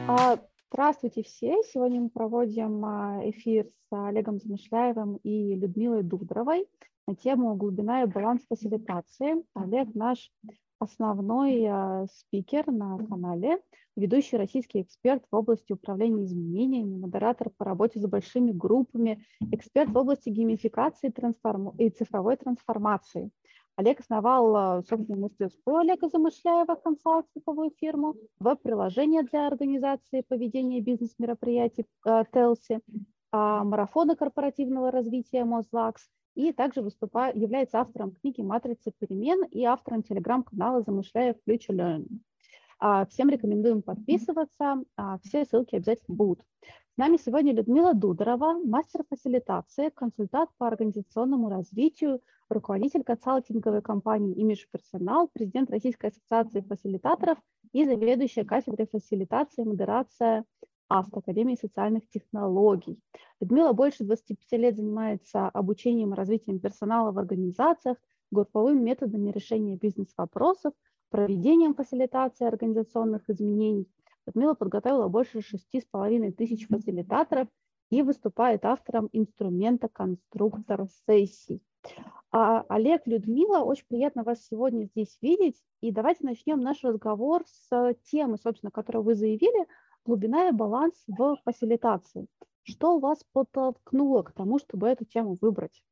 А, Здравствуйте все! Сегодня мы проводим эфир с Олегом Замышляевым и Людмилой Дудровой на тему «Глубина и баланс фасилитации». Олег наш основной спикер на канале, ведущий российский эксперт в области управления изменениями, модератор по работе с большими группами, эксперт в области геймификации и цифровой трансформации. Олег основал собственную мастерскую Олега Замышляева, консалтинговую фирму, веб-приложение для организации поведения бизнес-мероприятий Телси, марафоны корпоративного развития Мозлакс, и также является автором книги «Матрица перемен» и автором телеграм-канала «Замышляев Future Learning». Всем рекомендуем подписываться, все ссылки обязательно будут. С нами сегодня Людмила Дударова, мастер фасилитации, консультант по организационному развитию, руководитель консалтинговой компании Image Personal, президент Российской ассоциации фасилитаторов и заведующая кафедрой фасилитации и модерация АСТ, Академии социальных технологий. Людмила больше 25 лет занимается обучением и развитием персонала в организациях, групповыми методами решения бизнес-вопросов, проведением фасилитации организационных изменений. Людмила подготовила больше 6500 фасилитаторов и выступает автором инструмента «Конструктор сессий». Олег, Людмила, очень приятно вас сегодня здесь видеть. И давайте начнем наш разговор с темы, собственно, которую вы заявили, глубина и баланс в фасилитации. Что вас подтолкнуло к тому, чтобы эту тему выбрать?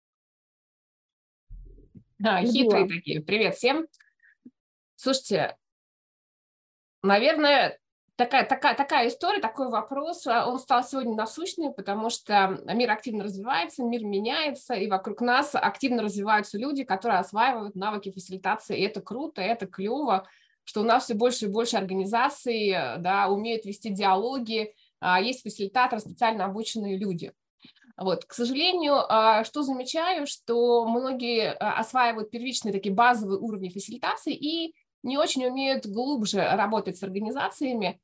Да, хитрые такие. Привет всем. Слушайте, наверное, такая история, такой вопрос, он стал сегодня насущным, потому что мир активно развивается, мир меняется, и вокруг нас активно развиваются люди, которые осваивают навыки фасилитации. И это круто, это клево, что у нас все больше и больше организаций, да, умеют вести диалоги, есть фасилитаторы, специально обученные люди. Вот, к сожалению, что замечаю, что многие осваивают первичные такие базовые уровни фасилитации и не очень умеют глубже работать с организациями,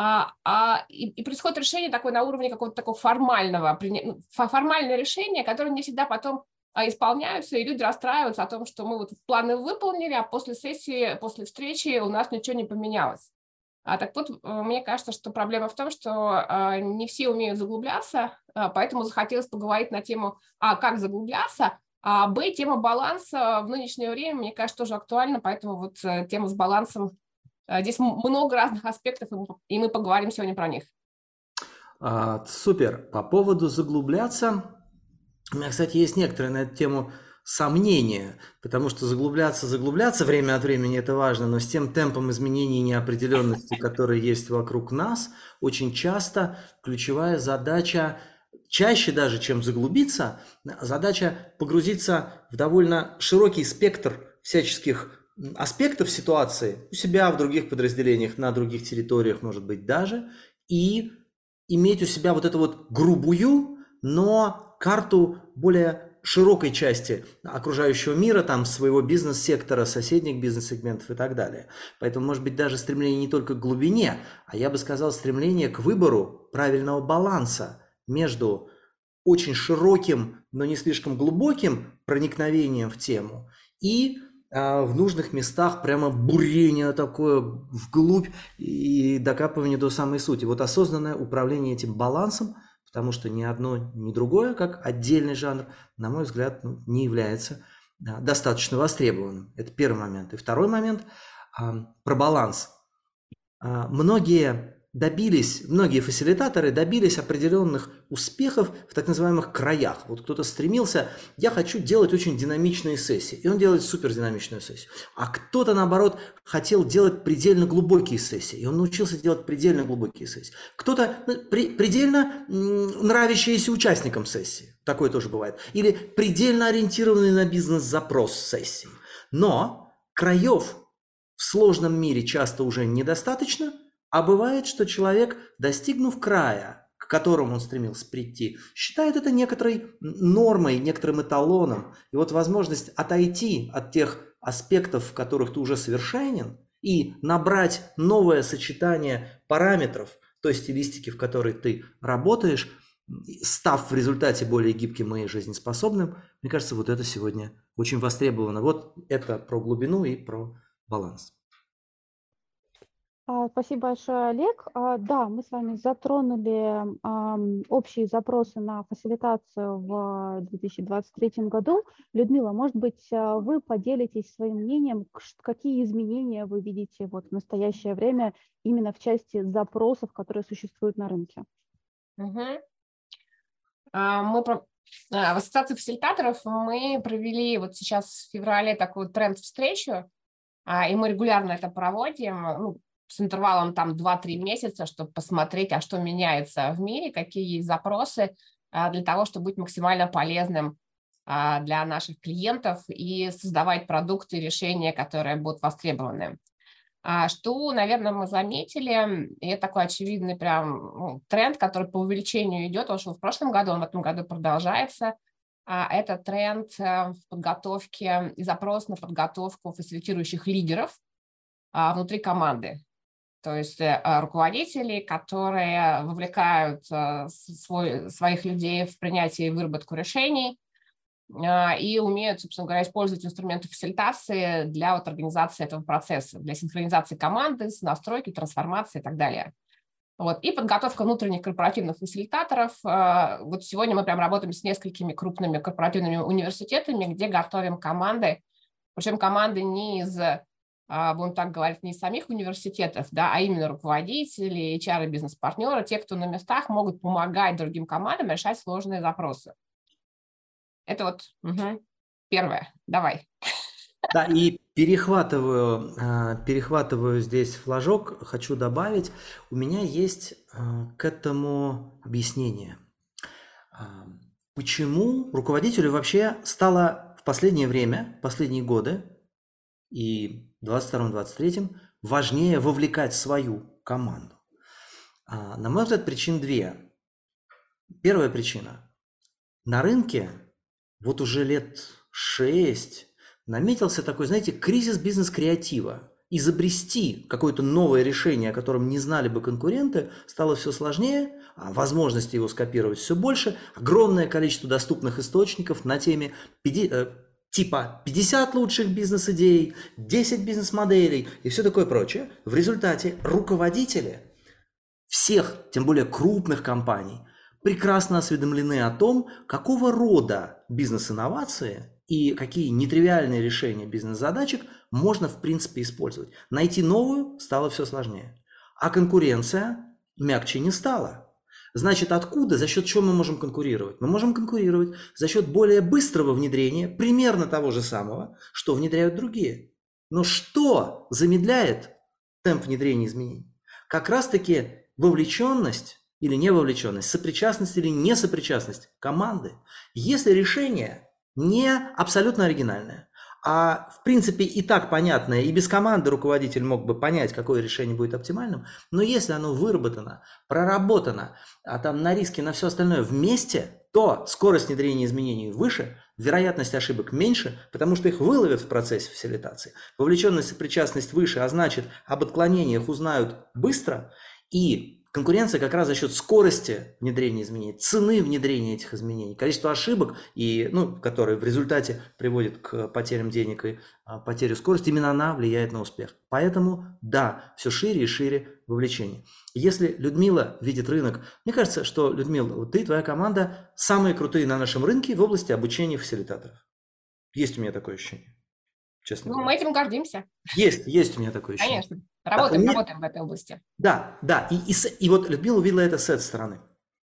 и происходит решение такое на уровне какого-то такого формального решения, которое не всегда потом исполняются, и люди расстраиваются о том, что мы вот планы выполнили, а после сессии, после встречи у нас ничего не поменялось. Так вот, мне кажется, что проблема в том, что не все умеют заглубляться, поэтому захотелось поговорить на тему как заглубляться, б, тема баланса в нынешнее время, мне кажется, тоже актуальна, поэтому вот тема с балансом, здесь много разных аспектов, и мы поговорим сегодня про них. Супер. По поводу заглубляться, у меня, кстати, есть некоторые на эту тему сомнения, потому что заглубляться время от времени это важно, но с тем темпом изменений и неопределенности, которые есть вокруг нас, очень часто ключевая задача, чаще даже, чем заглубиться, задача погрузиться в довольно широкий спектр всяческих аспектов ситуации у себя, в других подразделениях, на других территориях, может быть, даже, и иметь у себя вот эту вот грубую, но карту более широкой части окружающего мира, там, своего бизнес-сектора, соседних бизнес-сегментов и так далее. Поэтому, может быть, даже стремление не только к глубине, а я бы сказал, стремление к выбору правильного баланса между очень широким, но не слишком глубоким проникновением в тему и в нужных местах прямо бурение такое вглубь и докапывание до самой сути. Вот осознанное управление этим балансом, потому что ни одно, ни другое, как отдельный жанр, на мой взгляд, не является достаточно востребованным. Это первый момент. И второй момент про баланс. Многие фасилитаторы добились определенных успехов в так называемых краях. Вот кто-то стремился, я хочу делать очень динамичные сессии, и он делает супердинамичную сессию. А кто-то, наоборот, хотел делать предельно глубокие сессии, и он научился делать предельно глубокие сессии. Кто-то предельно нравящиеся участникам сессии, такое тоже бывает, или предельно ориентированный на бизнес-запрос сессии. Но краев в сложном мире часто уже недостаточно. А бывает, что человек, достигнув края, к которому он стремился прийти, считает это некоторой нормой, некоторым эталоном. И вот возможность отойти от тех аспектов, в которых ты уже совершенен, и набрать новое сочетание параметров той стилистики, в которой ты работаешь, став в результате более гибким и жизнеспособным, мне кажется, вот это сегодня очень востребовано. Вот это про глубину и про баланс. Спасибо большое, Олег. Да, мы с вами затронули общие запросы на фасилитацию в 2023 году. Людмила, может быть, вы поделитесь своим мнением, какие изменения вы видите вот в настоящее время именно в части запросов, которые существуют на рынке? В Ассоциации фасилитаторов мы провели вот сейчас в феврале такую тренд-встречу, и мы регулярно это проводим, с интервалом там 2-3 месяца, чтобы посмотреть, а что меняется в мире, какие есть запросы для того, чтобы быть максимально полезным для наших клиентов и создавать продукты и решения, которые будут востребованы. Что, наверное, мы заметили, и это такой очевидный прям тренд, который по увеличению идет, он шел в прошлом году, он в этом году продолжается. Это тренд в подготовке и запрос на подготовку фасилитирующих лидеров внутри команды. То есть руководители, которые вовлекают своих людей в принятие и выработку решений и умеют, собственно говоря, использовать инструменты фасилитации для вот организации этого процесса, для синхронизации команды, настройки, трансформации и так далее. Вот. И подготовка внутренних корпоративных фасилитаторов. Вот сегодня мы прям работаем с несколькими крупными корпоративными университетами, где готовим команды, причем команды не из, будем так говорить, не из самих университетов, да, а именно руководители, HR и бизнес-партнеры, те, кто на местах могут помогать другим командам решать сложные запросы. Это вот первое. Давай. Да, и перехватываю здесь флажок, хочу добавить, у меня есть к этому объяснение. Почему руководителю вообще стало в последнее время, последние годы, и в 2022-2023 важнее вовлекать свою команду? На мой взгляд, причин две. Первая причина. На рынке вот уже лет 6 наметился такой, знаете, кризис бизнес-креатива. Изобрести какое-то новое решение, о котором не знали бы конкуренты, стало все сложнее, а возможности его скопировать все больше, огромное количество доступных источников на теме типа 50 лучших бизнес-идей, 10 бизнес-моделей и все такое прочее. В результате руководители всех, тем более крупных компаний, прекрасно осведомлены о том, какого рода бизнес-инновации и какие нетривиальные решения бизнес-задачек можно в принципе использовать. Найти новую стало все сложнее. А конкуренция мягче не стала. Значит, откуда, за счет чего мы можем конкурировать? Мы можем конкурировать за счет более быстрого внедрения примерно того же самого, что внедряют другие. Но что замедляет темп внедрения изменений? Как раз-таки вовлеченность или невовлеченность, сопричастность или несопричастность команды. Если решение не абсолютно оригинальное, а в принципе и так понятное, и без команды руководитель мог бы понять, какое решение будет оптимальным, но если оно выработано, проработано, а там на риски, на все остальное вместе, то скорость внедрения изменений выше, вероятность ошибок меньше, потому что их выловят в процессе фасилитации. Вовлеченность и сопричастность выше, а значит, об отклонениях узнают быстро, и конкуренция как раз за счет скорости внедрения изменений, цены внедрения этих изменений, количества ошибок, которые в результате приводят к потерям денег и потере скорости, именно она влияет на успех. Поэтому, да, все шире и шире вовлечение. Если Людмила видит рынок, мне кажется, что, Людмила, вот ты и твоя команда самые крутые на нашем рынке в области обучения фасилитаторов. Есть у меня такое ощущение, честно говоря. Мы этим гордимся. Есть у меня такое ощущение. Конечно. Работаем в этой области. Да. И вот Людмила увидела это с этой стороны.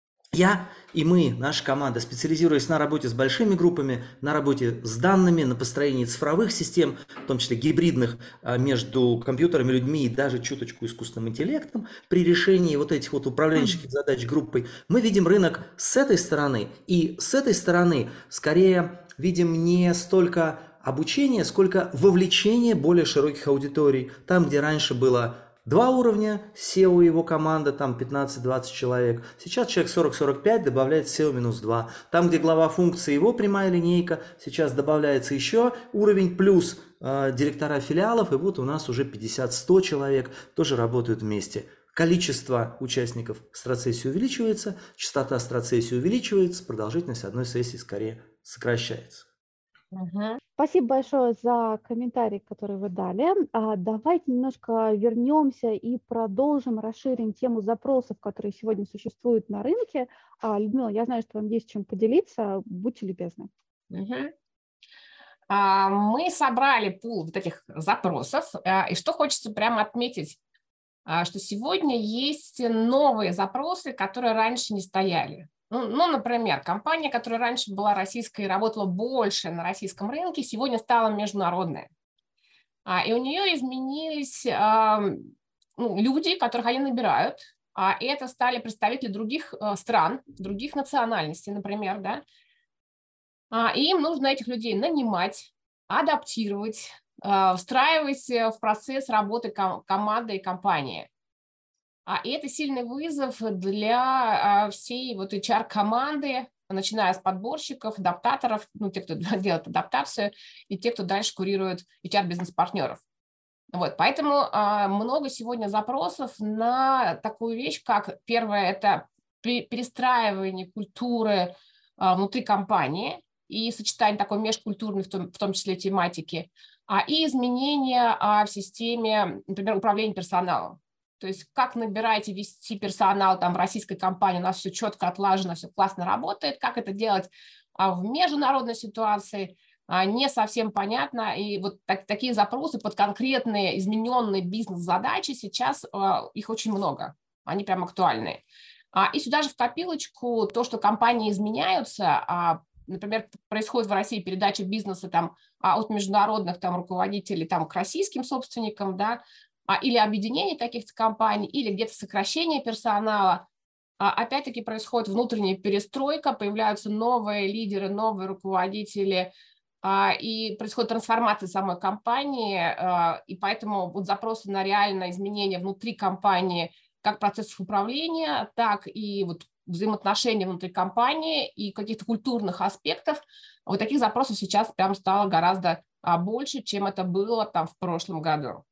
Я и мы, наша команда, специализируясь на работе с большими группами, на работе с данными, на построении цифровых систем, в том числе гибридных, между компьютерами, людьми и даже чуточку искусственным интеллектом, при решении вот этих вот управленческих задач группой, мы видим рынок с этой стороны. И с этой стороны скорее видим не столько обучение, сколько вовлечение более широких аудиторий. Там, где раньше было 2 уровня, SEO и его команда, там 15-20 человек. Сейчас человек 40-45, добавляется SEO минус 2. Там, где глава функции, его прямая линейка, сейчас добавляется еще уровень плюс директора филиалов. И вот у нас уже 50-100 человек тоже работают вместе. Количество участников страцессии увеличивается, частота страцессии увеличивается, продолжительность одной сессии скорее сокращается. Мгм. Спасибо большое за комментарий, который вы дали. Давайте немножко вернемся и продолжим, расширим тему запросов, которые сегодня существуют на рынке. Людмила, я знаю, что вам есть чем поделиться. Будьте любезны. Мгм. Мы собрали пул вот этих запросов, и что хочется прямо отметить, что сегодня есть новые запросы, которые раньше не стояли. Ну, например, компания, которая раньше была российской и работала больше на российском рынке, сегодня стала международной. И у нее изменились люди, которых они набирают, и это стали представители других стран, других национальностей, например, да. И им нужно этих людей нанимать, адаптировать, встраивать в процесс работы команды и компании. И это сильный вызов для всей вот HR-команды, начиная с подборщиков, адаптаторов, ну, те, кто делает адаптацию, и те, кто дальше курирует HR-бизнес-партнеров. Вот, поэтому много сегодня запросов на такую вещь, как первое, это перестраивание культуры внутри компании и сочетание такой межкультурной, в том числе тематики, и изменения в системе, например, управления персоналом. То есть как набирать и вести персонал там в российской компании, у нас все четко отлажено, все классно работает, как это делать в международной ситуации, не совсем понятно. И вот такие запросы под конкретные измененные бизнес-задачи сейчас их очень много, они прям актуальные. И сюда же в копилочку то, что компании изменяются, например, происходит в России передача бизнеса там, от международных там, руководителей там, к российским собственникам, да, или объединение каких-то компаний, или где-то сокращение персонала. Опять-таки происходит внутренняя перестройка, появляются новые лидеры, новые руководители, и происходит трансформация самой компании, и поэтому вот запросы на реальное изменение внутри компании, как процессов управления, так и вот взаимоотношений внутри компании и каких-то культурных аспектов, вот таких запросов сейчас прям стало гораздо больше, чем это было там в прошлом году.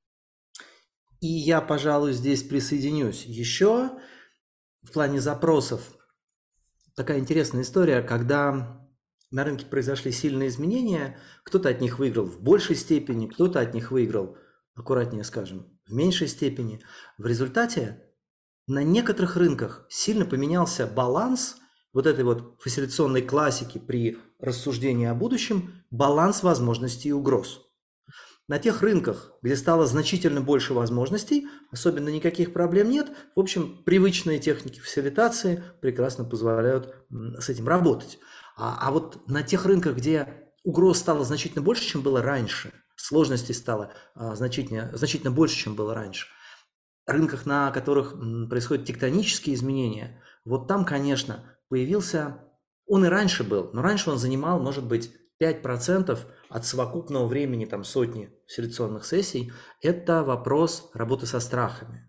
И я, пожалуй, здесь присоединюсь. Еще в плане запросов такая интересная история, когда на рынке произошли сильные изменения, кто-то от них выиграл в большей степени, кто-то от них выиграл, аккуратнее скажем, в меньшей степени. В результате на некоторых рынках сильно поменялся баланс вот этой вот фасилитационной классики при рассуждении о будущем, баланс возможностей и угроз. На тех рынках, где стало значительно больше возможностей, особенно никаких проблем нет. В общем, привычные техники фасилитации прекрасно позволяют с этим работать. А вот на тех рынках, где угроз стало значительно больше, чем было раньше, сложностей стало значительно больше, чем было раньше, рынках, на которых происходят тектонические изменения, вот там, конечно, появился, он и раньше был, но раньше он занимал, может быть, 5% от совокупного времени там сотни фасилитационных сессий, это вопрос работы со страхами.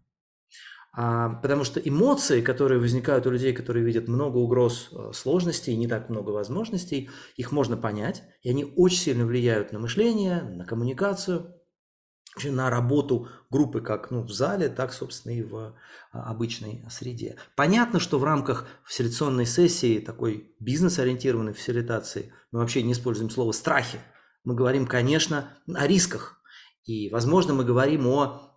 Потому что эмоции, которые возникают у людей, которые видят много угроз, сложностей, не так много возможностей, их можно понять, и они очень сильно влияют на мышление, на коммуникацию, на работу группы как в зале, так, собственно, и в обычной среде. Понятно, что в рамках фасилитационной сессии, такой бизнес-ориентированной фасилитации, мы вообще не используем слово «страхи». Мы говорим, конечно, о рисках. И, возможно, мы говорим о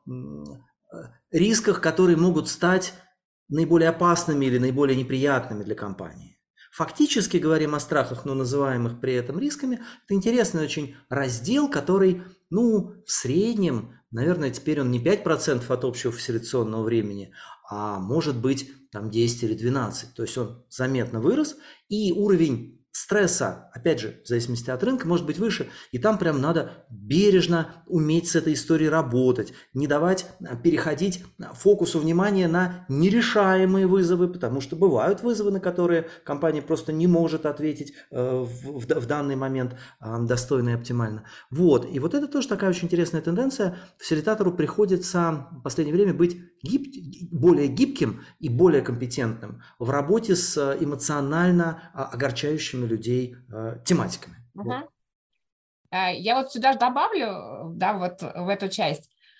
рисках, которые могут стать наиболее опасными или наиболее неприятными для компании. Фактически говорим о страхах, но называемых при этом рисками. Это интересный очень раздел, который, в среднем, наверное, теперь он не 5% от общего фасилитационного времени, а может быть там 10 или 12. То есть он заметно вырос, и уровень стресса, опять же, в зависимости от рынка, может быть выше, и там прям надо бережно уметь с этой историей работать, не давать переходить фокусу внимания на нерешаемые вызовы, потому что бывают вызовы, на которые компания просто не может ответить в данный момент достойно и оптимально. Вот, и вот это тоже такая очень интересная тенденция. Фасилитатору приходится в последнее время быть более гибким и более компетентным в работе с эмоционально огорчающими людей тематиками. Вот. Я вот сюда же добавлю, да, вот в эту часть.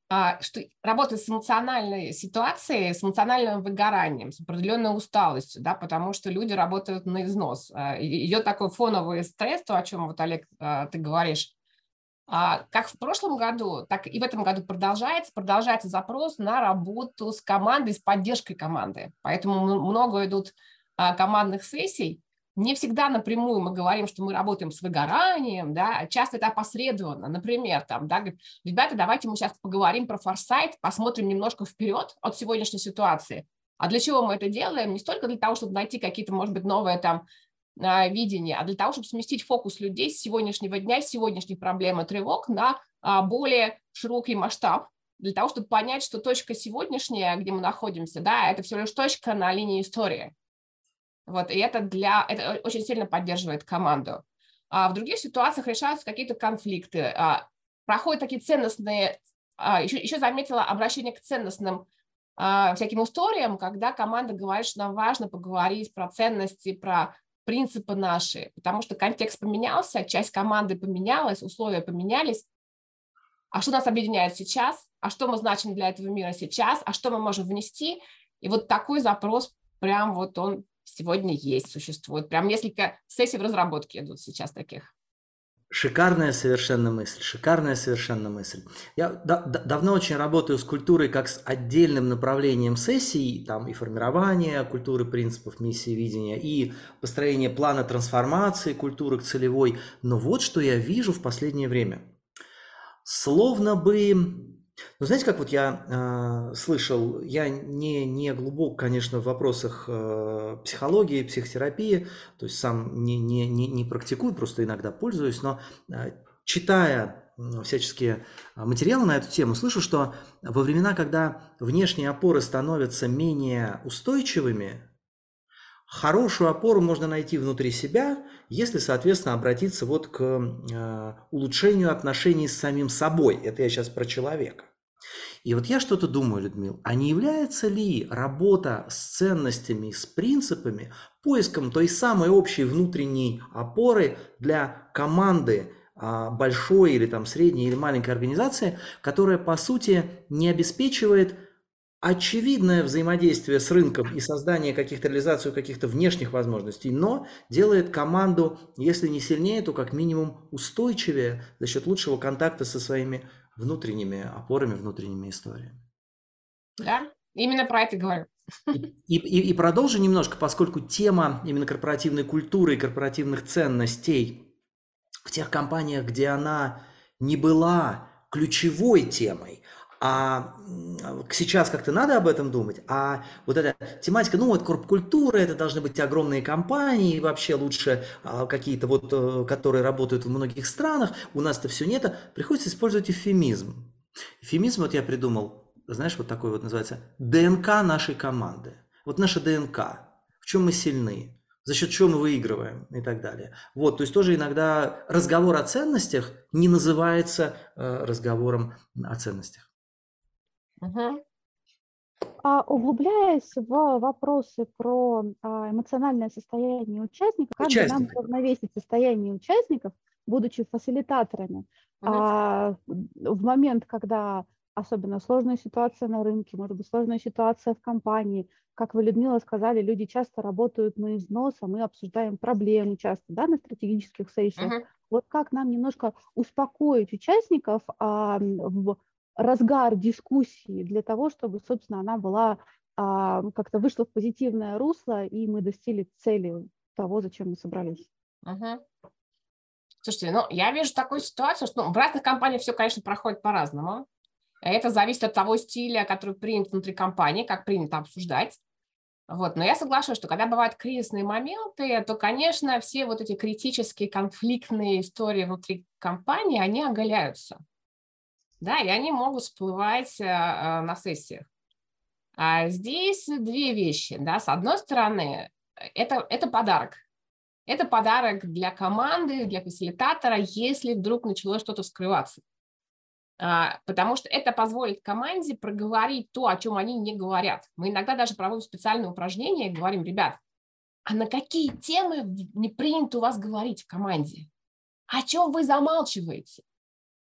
что работать с эмоциональной ситуацией, с эмоциональным выгоранием, с определенной усталостью, да, потому что люди работают на износ. Идет такой фоновый стресс, то, о чем вот, Олег, ты говоришь. Как в прошлом году, так и в этом году продолжается запрос на работу с командой, с поддержкой команды. Поэтому много идут командных сессий. Не всегда напрямую мы говорим, что мы работаем с выгоранием, да, часто это опосредованно. Например, там, да, говорит, ребята, давайте мы сейчас поговорим про форсайт, посмотрим немножко вперед от сегодняшней ситуации. А для чего мы это делаем? Не столько для того, чтобы найти какие-то, может быть, новые там видения, а для того, чтобы сместить фокус людей с сегодняшнего дня, с сегодняшних проблем и тревог на более широкий масштаб, для того, чтобы понять, что точка сегодняшняя, где мы находимся, да, это всего лишь точка на линии истории. Вот, и это очень сильно поддерживает команду. В других ситуациях решаются какие-то конфликты, проходят такие ценностные, еще заметила обращение к ценностным всяким историям, когда команда говорит, что нам важно поговорить про ценности, про принципы наши, потому что контекст поменялся, часть команды поменялась, условия поменялись. А что нас объединяет сейчас? А что мы значим для этого мира сейчас? А что мы можем внести? И вот такой запрос прям вот он сегодня есть, существует. Прям несколько сессий в разработке идут сейчас таких. Шикарная совершенно мысль, шикарная совершенно мысль. Я давно очень работаю с культурой как с отдельным направлением сессий, там и формирование культуры, принципов, миссии, видения, и построение плана трансформации культуры к целевой. Но вот что я вижу в последнее время. Словно бы... Ну, знаете, как вот я слышал, я не глубок, конечно, в вопросах психологии, психотерапии, то есть сам не практикую, просто иногда пользуюсь, но читая всяческие материалы на эту тему, слышу, что во времена, когда внешние опоры становятся менее устойчивыми, хорошую опору можно найти внутри себя, если, соответственно, обратиться вот к улучшению отношений с самим собой. Это я сейчас про человека. И вот я что-то думаю, Людмила, а не является ли работа с ценностями, с принципами, поиском той самой общей внутренней опоры для команды большой или там средней или маленькой организации, которая, по сути, не обеспечивает очевидное взаимодействие с рынком и создание каких-то, реализацию каких-то внешних возможностей, но делает команду, если не сильнее, то как минимум устойчивее за счет лучшего контакта со своими внутренними опорами, внутренними историями. Да, именно про это говорю. И продолжу немножко, поскольку тема именно корпоративной культуры и корпоративных ценностей в тех компаниях, где она не была ключевой темой, а сейчас как-то надо об этом думать, а вот эта тематика, ну вот корпкультура, это должны быть огромные компании, вообще лучше какие-то вот, которые работают в многих странах, у нас-то все нет, приходится использовать эвфемизм. Эвфемизм вот я придумал, знаешь, вот такой вот называется ДНК нашей команды. Вот наша ДНК, в чем мы сильны, за счет чего мы выигрываем и так далее. Вот, то есть тоже иногда разговор о ценностях не называется разговором о ценностях. Углубляясь в вопросы про эмоциональное состояние участников, как бы нам равновесить состояние участников, будучи фасилитаторами, в момент, когда особенно сложная ситуация на рынке, может быть, сложная ситуация в компании, как вы, Людмила, сказали, люди часто работают на износ, а мы обсуждаем проблемы часто, да, на стратегических сессиях. Вот как нам немножко успокоить участников в разгар дискуссии для того, чтобы, собственно, она была как-то вышла в позитивное русло, и мы достигли цели того, зачем мы собрались. Слушайте, ну, я вижу такую ситуацию, что в разных компаниях все, конечно, проходит по-разному. Это зависит от того стиля, который принят внутри компании, как принято обсуждать. Вот. Но я соглашусь, что когда бывают кризисные моменты, то, конечно, все вот эти критические, конфликтные истории внутри компании, они оголяются. Да, и они могут всплывать на сессиях. А здесь две вещи. Да. С одной стороны, это подарок. Это подарок для команды, для фасилитатора, если вдруг начало что-то вскрываться. Потому что это позволит команде проговорить то, о чем они не говорят. Мы иногда даже проводим специальные упражнения и говорим: ребят, а на какие темы не принято у вас говорить в команде? О чем вы замалчиваете?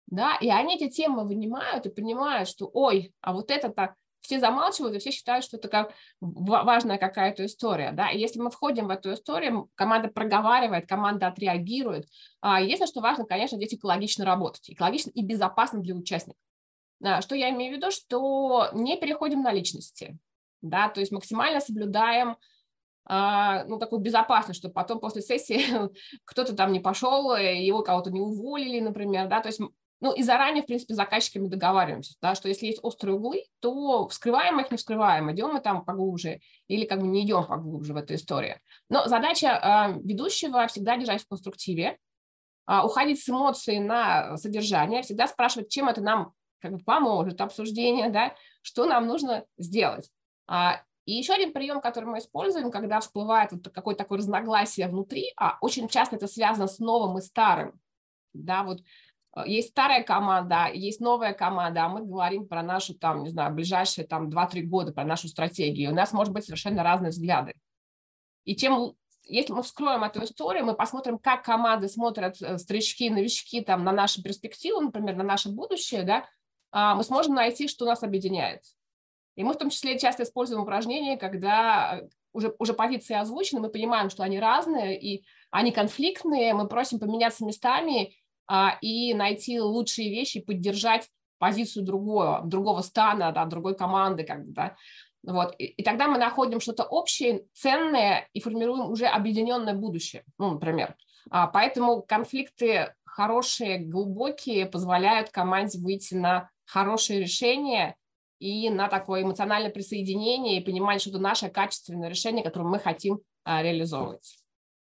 да, и они эти темы вынимают и понимают, что, ой, а вот это так, все замалчивают, и все считают, что это как важная какая-то история, да, и если мы входим в эту историю, команда проговаривает, команда отреагирует. Единственное, что важно, конечно, здесь экологично работать, экологично и безопасно для участников. Что я имею в виду, что не переходим на личности, да, то есть максимально соблюдаем такую безопасность, чтобы потом после сессии кто-то там не пошел, его кого-то не уволили, например, да, то есть и заранее, в принципе, с заказчиками договариваемся, да, что если есть острые углы, то вскрываем их, не вскрываем, идем мы там поглубже или как бы не идем поглубже в эту историю. Но задача ведущего всегда держать в конструктиве, уходить с эмоций на содержание, всегда спрашивать, чем это нам как бы поможет, обсуждение, да, что нам нужно сделать. И еще один прием, который мы используем, когда всплывает вот какое-то такое разногласие внутри, очень часто это связано с новым и старым, да, вот есть старая команда, есть новая команда, а мы говорим про нашу, там, не знаю, ближайшие там 2-3 года, про нашу стратегию. У нас может быть совершенно разные взгляды. И если мы вскроем эту историю, мы посмотрим, как команды смотрят, старички, новички там, на нашу перспективу, например, на наше будущее, да, мы сможем найти, что нас объединяет. И мы в том числе часто используем упражнения, когда уже позиции озвучены, мы понимаем, что они разные, и они конфликтные, мы просим поменяться местами и найти лучшие вещи, поддержать позицию другого стана, да, другой команды, как бы, да. Вот. И тогда мы находим что-то общее, ценное и формируем уже объединенное будущее, например. Поэтому конфликты хорошие, глубокие позволяют команде выйти на хорошие решения и на такое эмоциональное присоединение и понимание, что это наше качественное решение, которое мы хотим реализовывать.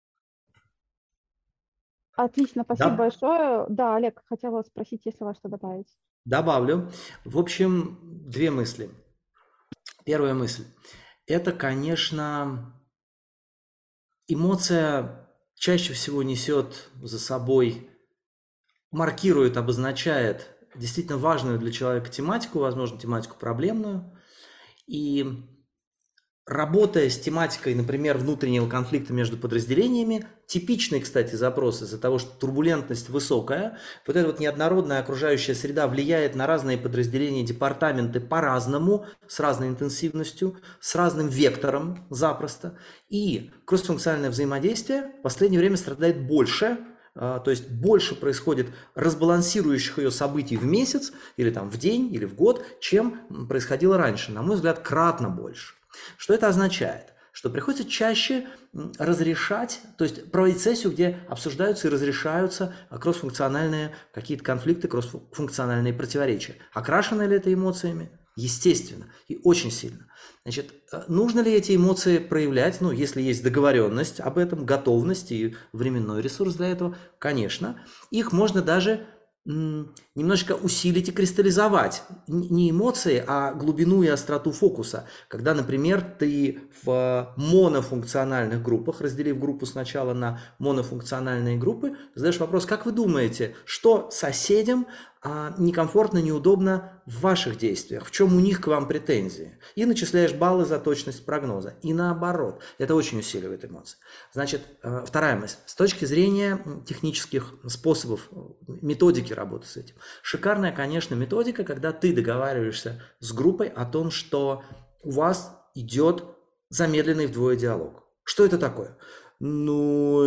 Отлично, спасибо Да. большое. Да, Олег, хотела спросить, если у вас что добавить. Добавлю. В общем, две мысли. Первая мысль. Это, конечно, эмоция чаще всего несет за собой, маркирует, обозначает действительно важную для человека тематику, возможно, тематику проблемную. И работая с тематикой, например, внутреннего конфликта между подразделениями, типичный, кстати, запрос из-за того, что турбулентность высокая, вот эта вот неоднородная окружающая среда влияет на разные подразделения, департаменты по-разному, с разной интенсивностью, с разным вектором запросто. И кроссфункциональное взаимодействие в последнее время страдает больше, то есть больше происходит разбалансирующих ее событий в месяц, или там в день, или в год, чем происходило раньше. На мой взгляд, кратно больше. Что это означает? Что приходится чаще разрешать, то есть проводить сессию, где обсуждаются и разрешаются кроссфункциональные какие-то конфликты, кроссфункциональные противоречия. Окрашены ли это эмоциями? Естественно, и очень сильно. Значит, нужно ли эти эмоции проявлять? Ну, если есть договоренность об этом, готовность и временной ресурс для этого, конечно. Их можно даже немножечко усилить и кристаллизовать. Не эмоции, а глубину и остроту фокуса. Когда, например, ты в монофункциональных группах, разделив группу сначала на монофункциональные группы, задаешь вопрос, как вы думаете, что соседям некомфортно, неудобно в ваших действиях, в чем у них к вам претензии. И начисляешь баллы за точность прогноза. И наоборот. Это очень усиливает эмоции. Значит, вторая мысль. С точки зрения технических способов, методики работы с этим. Шикарная, конечно, методика, когда ты договариваешься с группой о том, что у вас идет замедленный вдвое диалог. Что это такое? Ну,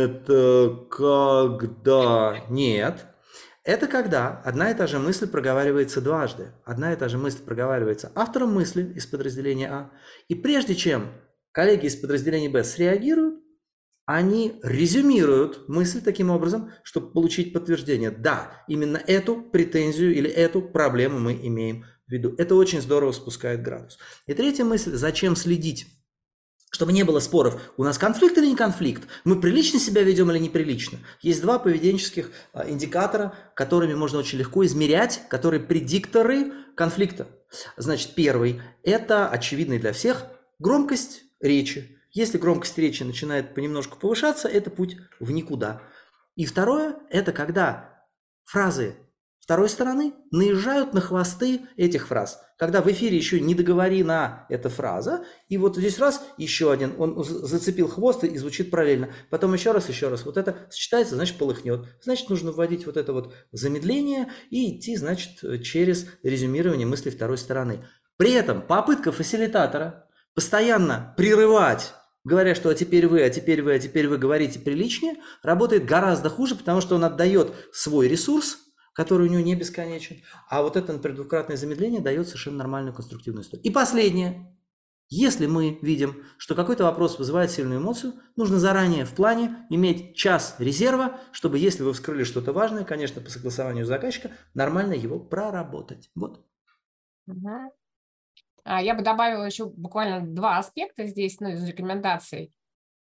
это когда... Нет. Это когда одна и та же мысль проговаривается дважды. Одна и та же мысль проговаривается автором мысли из подразделения А. И прежде чем коллеги из подразделения Б среагируют, они резюмируют мысль таким образом, чтобы получить подтверждение. Да, именно эту претензию или эту проблему мы имеем в виду. Это очень здорово спускает градус. И третья мысль, зачем следить? Чтобы не было споров, у нас конфликт или не конфликт, мы прилично себя ведем или неприлично. Есть два поведенческих индикатора, которыми можно очень легко измерять, которые предикторы конфликта. Значит, первый – это очевидный для всех громкость речи. Если громкость речи начинает понемножку повышаться, это путь в никуда. И второе – это когда фразы второй стороны наезжают на хвосты этих фраз. Когда в эфире еще не договорена эта фраза, и вот здесь раз, еще один, он зацепил хвост и звучит параллельно. Потом еще раз. Вот это сочетается, значит, полыхнет. Значит, нужно вводить вот это вот замедление и идти, значит, через резюмирование мыслей второй стороны. При этом попытка фасилитатора постоянно прерывать, говоря, что а теперь вы говорите приличнее, работает гораздо хуже, потому что он отдает свой ресурс, который у него не бесконечен, а вот это, например, двукратное замедление дает совершенно нормальную конструктивную историю. И последнее. Если мы видим, что какой-то вопрос вызывает сильную эмоцию, нужно заранее в плане иметь час резерва, чтобы, если вы вскрыли что-то важное, конечно, по согласованию заказчика, нормально его проработать. Вот. Я бы добавила еще буквально 2 аспекта здесь, из рекомендаций.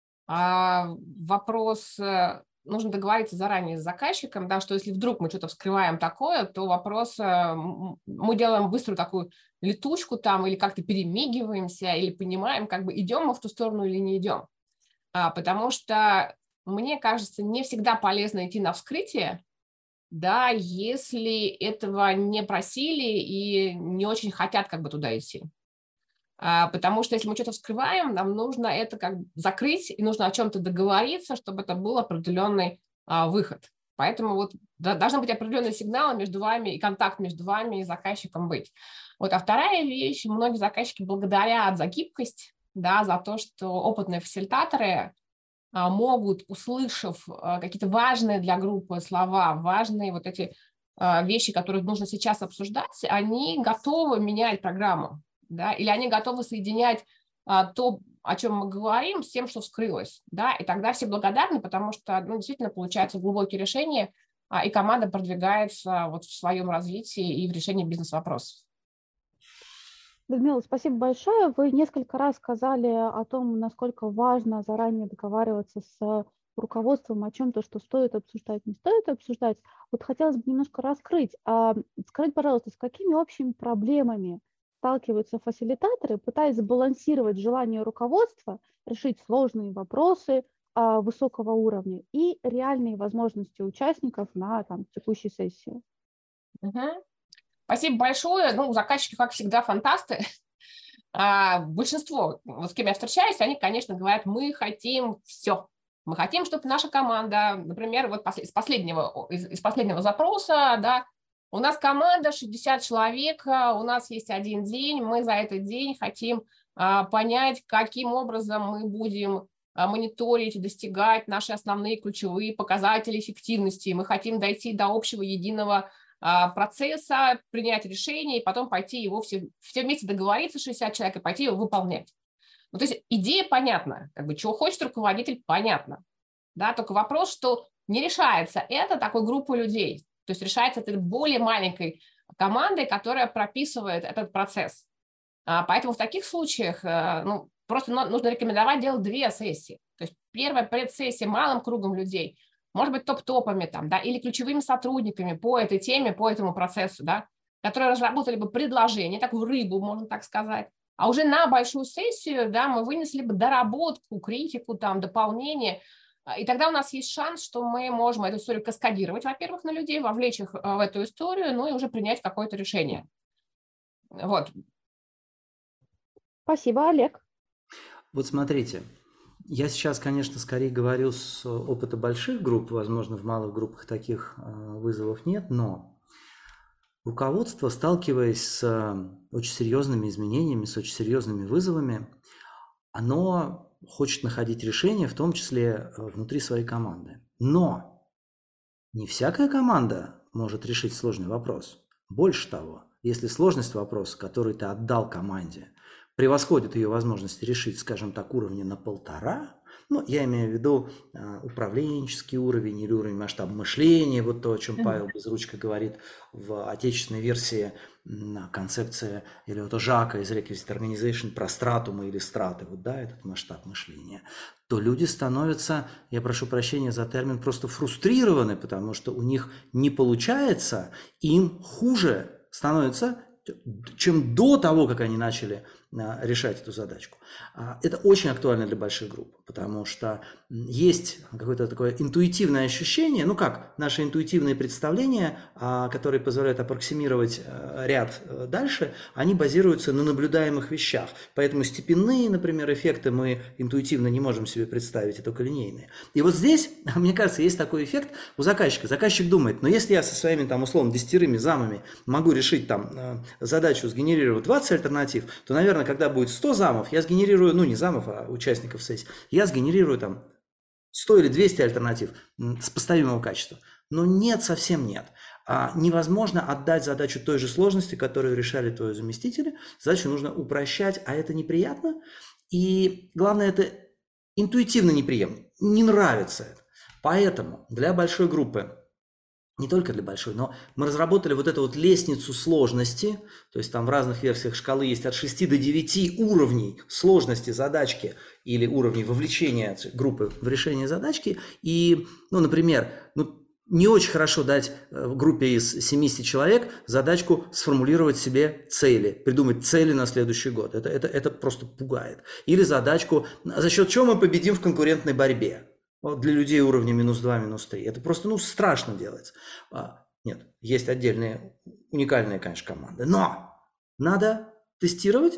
Вопрос, нужно договориться заранее с заказчиком, да, что если вдруг мы что-то вскрываем такое, то вопрос, мы делаем быструю такую летучку там, или как-то перемигиваемся, или понимаем, как бы идем мы в ту сторону или не идем. Потому что, мне кажется, не всегда полезно идти на вскрытие, да, если этого не просили и не очень хотят как бы туда идти. Потому что если мы что-то вскрываем, нам нужно это как бы закрыть, и нужно о чем-то договориться, чтобы это был определенный выход. Поэтому вот должны быть определенные сигналы между вами и контакт между вами и заказчиком быть. Вот. А вторая вещь, многие заказчики благодарят за гибкость, да, за то, что опытные фасилитаторы могут, услышав какие-то важные для группы слова, важные вот эти вещи, которые нужно сейчас обсуждать, они готовы менять программу, да, или они готовы соединять то, о чем мы говорим, с тем, что вскрылось, да, и тогда все благодарны, потому что, действительно получаются глубокие решения, и команда продвигается вот в своем развитии и в решении бизнес-вопросов. Людмила, спасибо большое. Вы несколько раз сказали о том, насколько важно заранее договариваться с руководством о чем-то, что стоит обсуждать, не стоит обсуждать. Вот хотелось бы немножко раскрыть. Скажите, пожалуйста, с какими общими проблемами сталкиваются фасилитаторы, пытаясь сбалансировать желание руководства решить сложные вопросы высокого уровня и реальные возможности участников на текущей сессии? Спасибо большое. Заказчики, как всегда, фантасты. Большинство, с кем я встречаюсь, они, конечно, говорят, мы хотим все. Мы хотим, чтобы наша команда, например, вот из последнего запроса, да, у нас команда 60 человек, у нас есть один день, мы за этот день хотим понять, каким образом мы будем мониторить и достигать наши основные ключевые показатели эффективности. Мы хотим дойти до общего единого процесса, принять решение и потом пойти его все вместе договориться, 60 человек, и пойти его выполнять. То есть идея понятна, чего хочет руководитель, понятно. Да, только вопрос, что не решается это такой группой людей. То есть решается это более маленькой командой, которая прописывает этот процесс. Поэтому в таких случаях просто нужно рекомендовать делать 2 сессии. То есть первая предсессия малым кругом людей, может быть, топ-топами там, да, или ключевыми сотрудниками по этой теме, по этому процессу, да, которые разработали бы предложение, такую рыбу, можно так сказать. А уже на большую сессию, да, мы вынесли бы доработку, критику, там, дополнение. И тогда у нас есть шанс, что мы можем эту историю каскадировать, во-первых, на людей, вовлечь их в эту историю, и уже принять какое-то решение. Вот. Спасибо, Олег. Вот смотрите, я сейчас, конечно, скорее говорю с опыта больших групп, возможно, в малых группах таких вызовов нет, но руководство, сталкиваясь с очень серьезными изменениями, с очень серьезными вызовами, оно хочет находить решения, в том числе внутри своей команды. Но не всякая команда может решить сложный вопрос. Больше того, если сложность вопроса, который ты отдал команде, превосходит ее возможности решить, скажем так, уровня на 1,5, я имею в виду управленческий уровень или уровень масштаба мышления, вот то, о чем Павел Безручко говорит в отечественной версии концепции Элиота Жака из Requisite Organization про стратумы или страты, этот масштаб мышления, то люди становятся, я прошу прощения за термин, просто фрустрированы, потому что у них не получается, им хуже становится, чем до того, как они начали решать эту задачку. Это очень актуально для больших групп, потому что есть какое-то такое интуитивное ощущение, ну как, наши интуитивные представления, которые позволяют аппроксимировать ряд дальше, они базируются на наблюдаемых вещах. Поэтому степенные, например, эффекты мы интуитивно не можем себе представить, и только линейные. И вот здесь, мне кажется, есть такой эффект у заказчика. Заказчик думает, но если я со своими, там, условно, 10 замами могу решить там задачу сгенерировать 20 альтернатив, то, наверное, когда будет 100 замов, я сгенерирую, ну не замов, а участников сессии, я сгенерирую там 100 или 200 альтернатив сопоставимого качества. Но нет, совсем нет. Невозможно отдать задачу той же сложности, которую решали твои заместители. Задачу нужно упрощать, а это неприятно. И главное, это интуитивно неприемлемо, не нравится это. Поэтому для большой группы, не только для большой, но мы разработали вот эту вот лестницу сложности, то есть там в разных версиях шкалы есть от 6 до 9 уровней сложности задачки или уровней вовлечения группы в решение задачки. И, ну, например, не очень хорошо дать группе из 70 человек задачку сформулировать себе цели, придумать цели на следующий год. Это просто пугает. Или задачку, за счет чего мы победим в конкурентной борьбе. Для людей уровня -2, -3. Это просто, страшно делать. Нет, есть отдельные, уникальные, конечно, команды. Но надо тестировать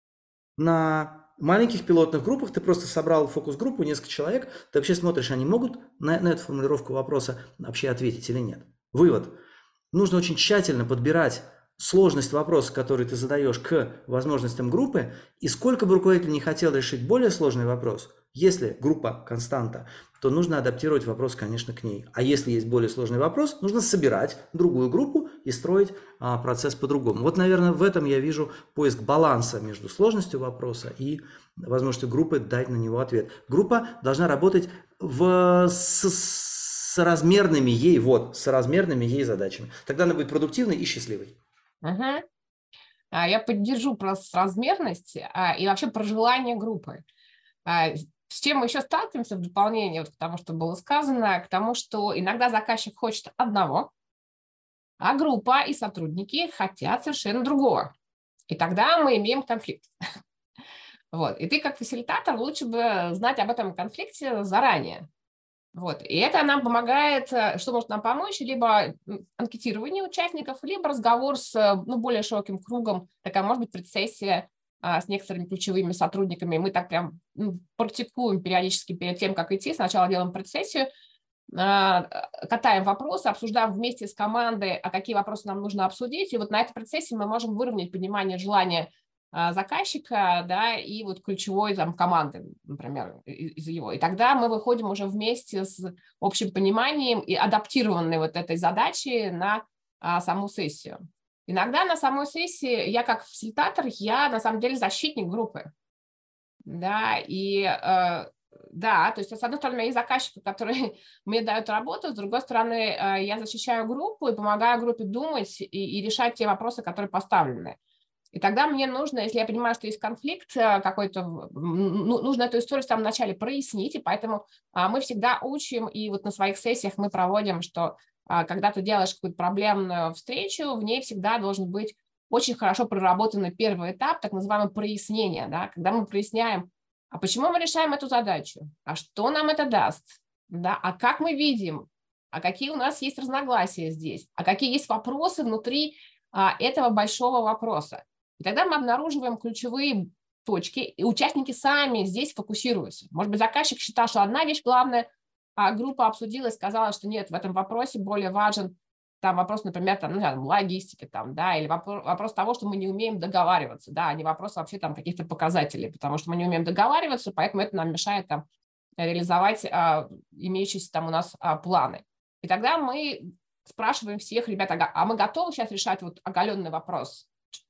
на маленьких пилотных группах. Ты просто собрал фокус-группу, несколько человек. Ты вообще смотришь, они могут на эту формулировку вопроса вообще ответить или нет. Вывод. Нужно очень тщательно подбирать сложность вопроса, который ты задаешь, к возможностям группы, и сколько бы руководитель не хотел решить более сложный вопрос, если группа константа, то нужно адаптировать вопрос, конечно, к ней. А если есть более сложный вопрос, нужно собирать другую группу и строить процесс по-другому. Вот, наверное, в этом я вижу поиск баланса между сложностью вопроса и возможностью группы дать на него ответ. Группа должна работать соразмерными ей задачами. Тогда она будет продуктивной и счастливой. Угу. Я поддержу про размерность и вообще про желание группы. С чем мы еще сталкиваемся в дополнение к тому, что было сказано, к тому, что иногда заказчик хочет одного, а группа и сотрудники хотят совершенно другого. И тогда мы имеем конфликт. Вот. И ты как фасилитатор лучше бы знать об этом конфликте заранее. Вот. И это нам помогает, что может нам помочь, либо анкетирование участников, либо разговор с более широким кругом, такая может быть предсессия с некоторыми ключевыми сотрудниками. Мы так прям практикуем периодически перед тем, как идти. Сначала делаем предсессию, катаем вопросы, обсуждаем вместе с командой, какие вопросы нам нужно обсудить. И вот на этой предсессии мы можем выровнять понимание желания заказчика, да, и вот ключевой там команды, например, из его. И тогда мы выходим уже вместе с общим пониманием и адаптированной вот этой задачи на саму сессию. Иногда на самой сессии я как фасилитатор, я на самом деле защитник группы. Да, и да, то есть с одной стороны, у меня есть заказчики, которые мне дают работу, с другой стороны, я защищаю группу и помогаю группе думать и решать те вопросы, которые поставлены. И тогда мне нужно, если я понимаю, что есть конфликт какой-то, нужно эту историю в самом начале прояснить, и поэтому мы всегда учим, и вот на своих сессиях мы проводим, что когда ты делаешь какую-то проблемную встречу, в ней всегда должен быть очень хорошо проработанный первый этап, так называемое прояснение, да, когда мы проясняем, а почему мы решаем эту задачу, а что нам это даст, да, а как мы видим, а какие у нас есть разногласия здесь, а какие есть вопросы внутри этого большого вопроса. И тогда мы обнаруживаем ключевые точки, и участники сами здесь фокусируются. Может быть, заказчик считал, что одна вещь главная, а группа обсудила и сказала, что нет, в этом вопросе более важен там вопрос, например, там, логистики, там, да, или вопрос того, что мы не умеем договариваться, да, а не вопрос вообще там каких-то показателей, потому что мы не умеем договариваться, поэтому это нам мешает там реализовать имеющиеся там у нас планы. И тогда мы спрашиваем всех ребят, а мы готовы сейчас решать вот оголенный вопрос?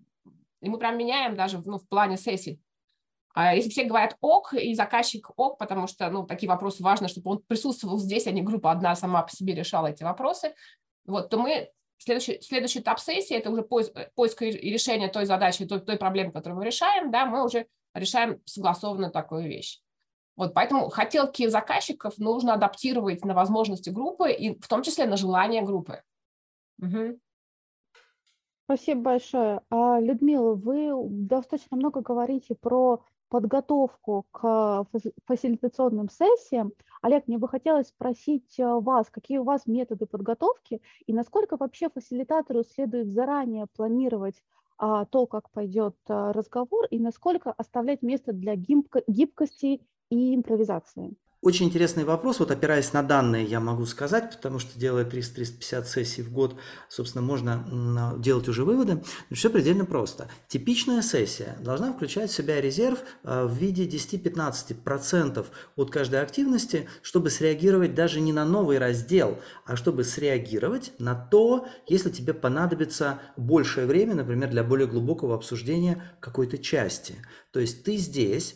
И мы прям меняем даже в плане сессий. Если все говорят ок, и заказчик ок, потому что такие вопросы важно, чтобы он присутствовал здесь, а не группа одна сама по себе решала эти вопросы, вот, то мы следующий этап сессии, это уже поиск и решение той задачи, той проблемы, которую мы решаем, да, мы уже решаем согласованную такую вещь. Вот, поэтому хотелки заказчиков нужно адаптировать на возможности группы и в том числе на желание группы. Угу. Спасибо большое. Людмила, вы достаточно много говорите про подготовку к фасилитационным сессиям. Олег, мне бы хотелось спросить вас, какие у вас методы подготовки и насколько вообще фасилитатору следует заранее планировать то, как пойдет разговор, и насколько оставлять место для гибкости и импровизации? Очень интересный вопрос. Вот опираясь на данные, я могу сказать, потому что делая 300-350 сессий в год, собственно, можно делать уже выводы. Все предельно просто. Типичная сессия должна включать в себя резерв в виде 10-15% от каждой активности, чтобы среагировать даже не на новый раздел, а чтобы среагировать на то, если тебе понадобится большее время, например, для более глубокого обсуждения какой-то части. То есть ты здесь...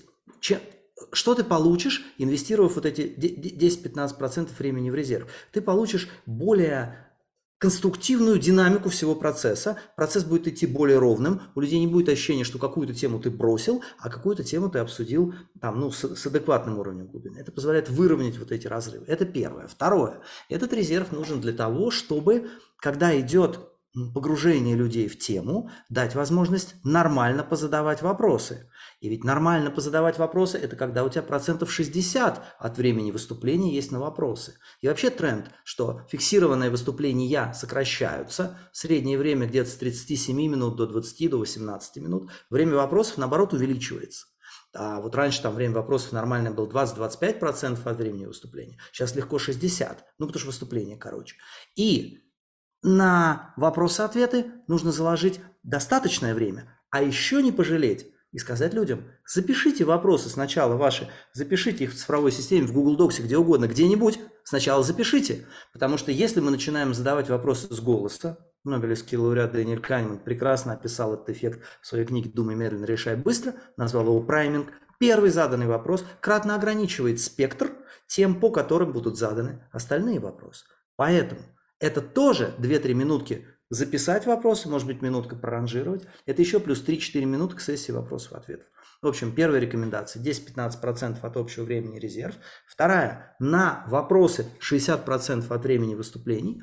Что ты получишь, инвестировав вот эти 10-15% времени в резерв? Ты получишь более конструктивную динамику всего процесса. Процесс будет идти более ровным. У людей не будет ощущения, что какую-то тему ты бросил, а какую-то тему ты обсудил там, с адекватным уровнем глубины. Это позволяет выровнять вот эти разрывы. Это первое. Второе. Этот резерв нужен для того, чтобы, когда идет погружение людей в тему, дать возможность нормально позадавать вопросы. И ведь нормально позадавать вопросы – это когда у тебя 60% от времени выступления есть на вопросы. И вообще тренд, что фиксированные выступления сокращаются, среднее время где-то с 37 минут до 20, до 18 минут, время вопросов, наоборот, увеличивается. А вот раньше там время вопросов нормально было 20-25% от времени выступления, сейчас легко 60%, потому что выступление короче. И на вопросы-ответы нужно заложить достаточное время, а еще не пожалеть и сказать людям: запишите вопросы сначала ваши, запишите их в цифровой системе, в Google Docs, где угодно, где-нибудь, сначала запишите. Потому что если мы начинаем задавать вопросы с голоса, Нобелевский лауреат Дэниэль Канеман прекрасно описал этот эффект в своей книге «Думай медленно, решай быстро», назвал его прайминг. Первый заданный вопрос кратно ограничивает спектр тем, по которым будут заданы остальные вопросы. Поэтому это тоже 2-3 минутки записать вопросы, может быть, минутка проранжировать. Это еще плюс 3-4 минуты к сессии вопросов-ответов. В общем, первая рекомендация – 10-15% от общего времени резерв. Вторая – на вопросы 60% от времени выступлений.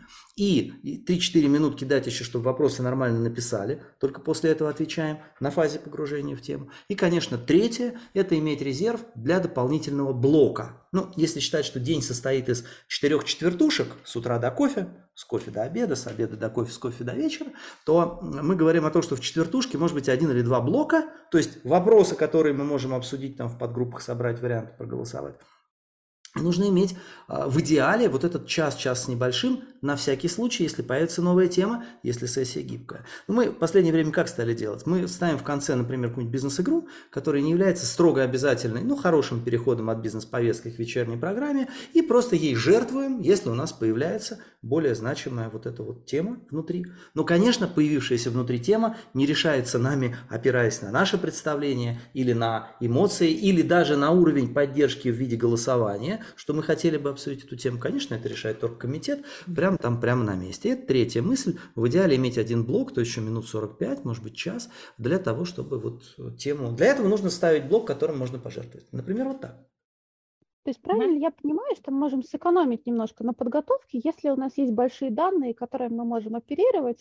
И 3-4 минутки дать еще, чтобы вопросы нормально написали. Только после этого отвечаем на фазе погружения в тему. И, конечно, третье – это иметь резерв для дополнительного блока. Ну, если считать, что день состоит из 4 четвертушек с утра до кофе, с кофе до обеда, с обеда до кофе, с кофе до вечера, то мы говорим о том, что в четвертушке может быть 1 или 2 блока, то есть вопросы, которые мы можем обсудить, там в подгруппах собрать варианты, проголосовать. Нужно иметь в идеале вот этот час с небольшим на всякий случай, если появится новая тема, если сессия гибкая. Но мы в последнее время как стали делать? Мы ставим в конце, например, какую-нибудь бизнес-игру, которая не является строго обязательной, но хорошим переходом от бизнес-повестки к вечерней программе, и просто ей жертвуем, если у нас появляется более значимая вот эта вот тема внутри. Но, конечно, появившаяся внутри тема не решается нами, опираясь на наше представление или на эмоции, или даже на уровень поддержки в виде голосования, что мы хотели бы обсудить эту тему. Конечно, это решает оргкомитет прямо на месте. И это третья мысль. В идеале иметь один блок, то еще минут 45, может быть, час, для того, чтобы вот тему... Для этого нужно ставить блок, которым можно пожертвовать. Например, вот так. То есть правильно я понимаю, что мы можем сэкономить немножко на подготовке, если у нас есть большие данные, которыми мы можем оперировать?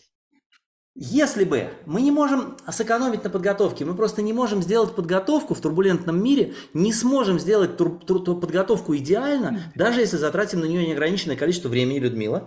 Если бы мы не можем сэкономить на подготовке, мы просто не можем сделать подготовку в турбулентном мире, не сможем сделать подготовку идеально, даже если затратим на нее неограниченное количество времени, Людмила.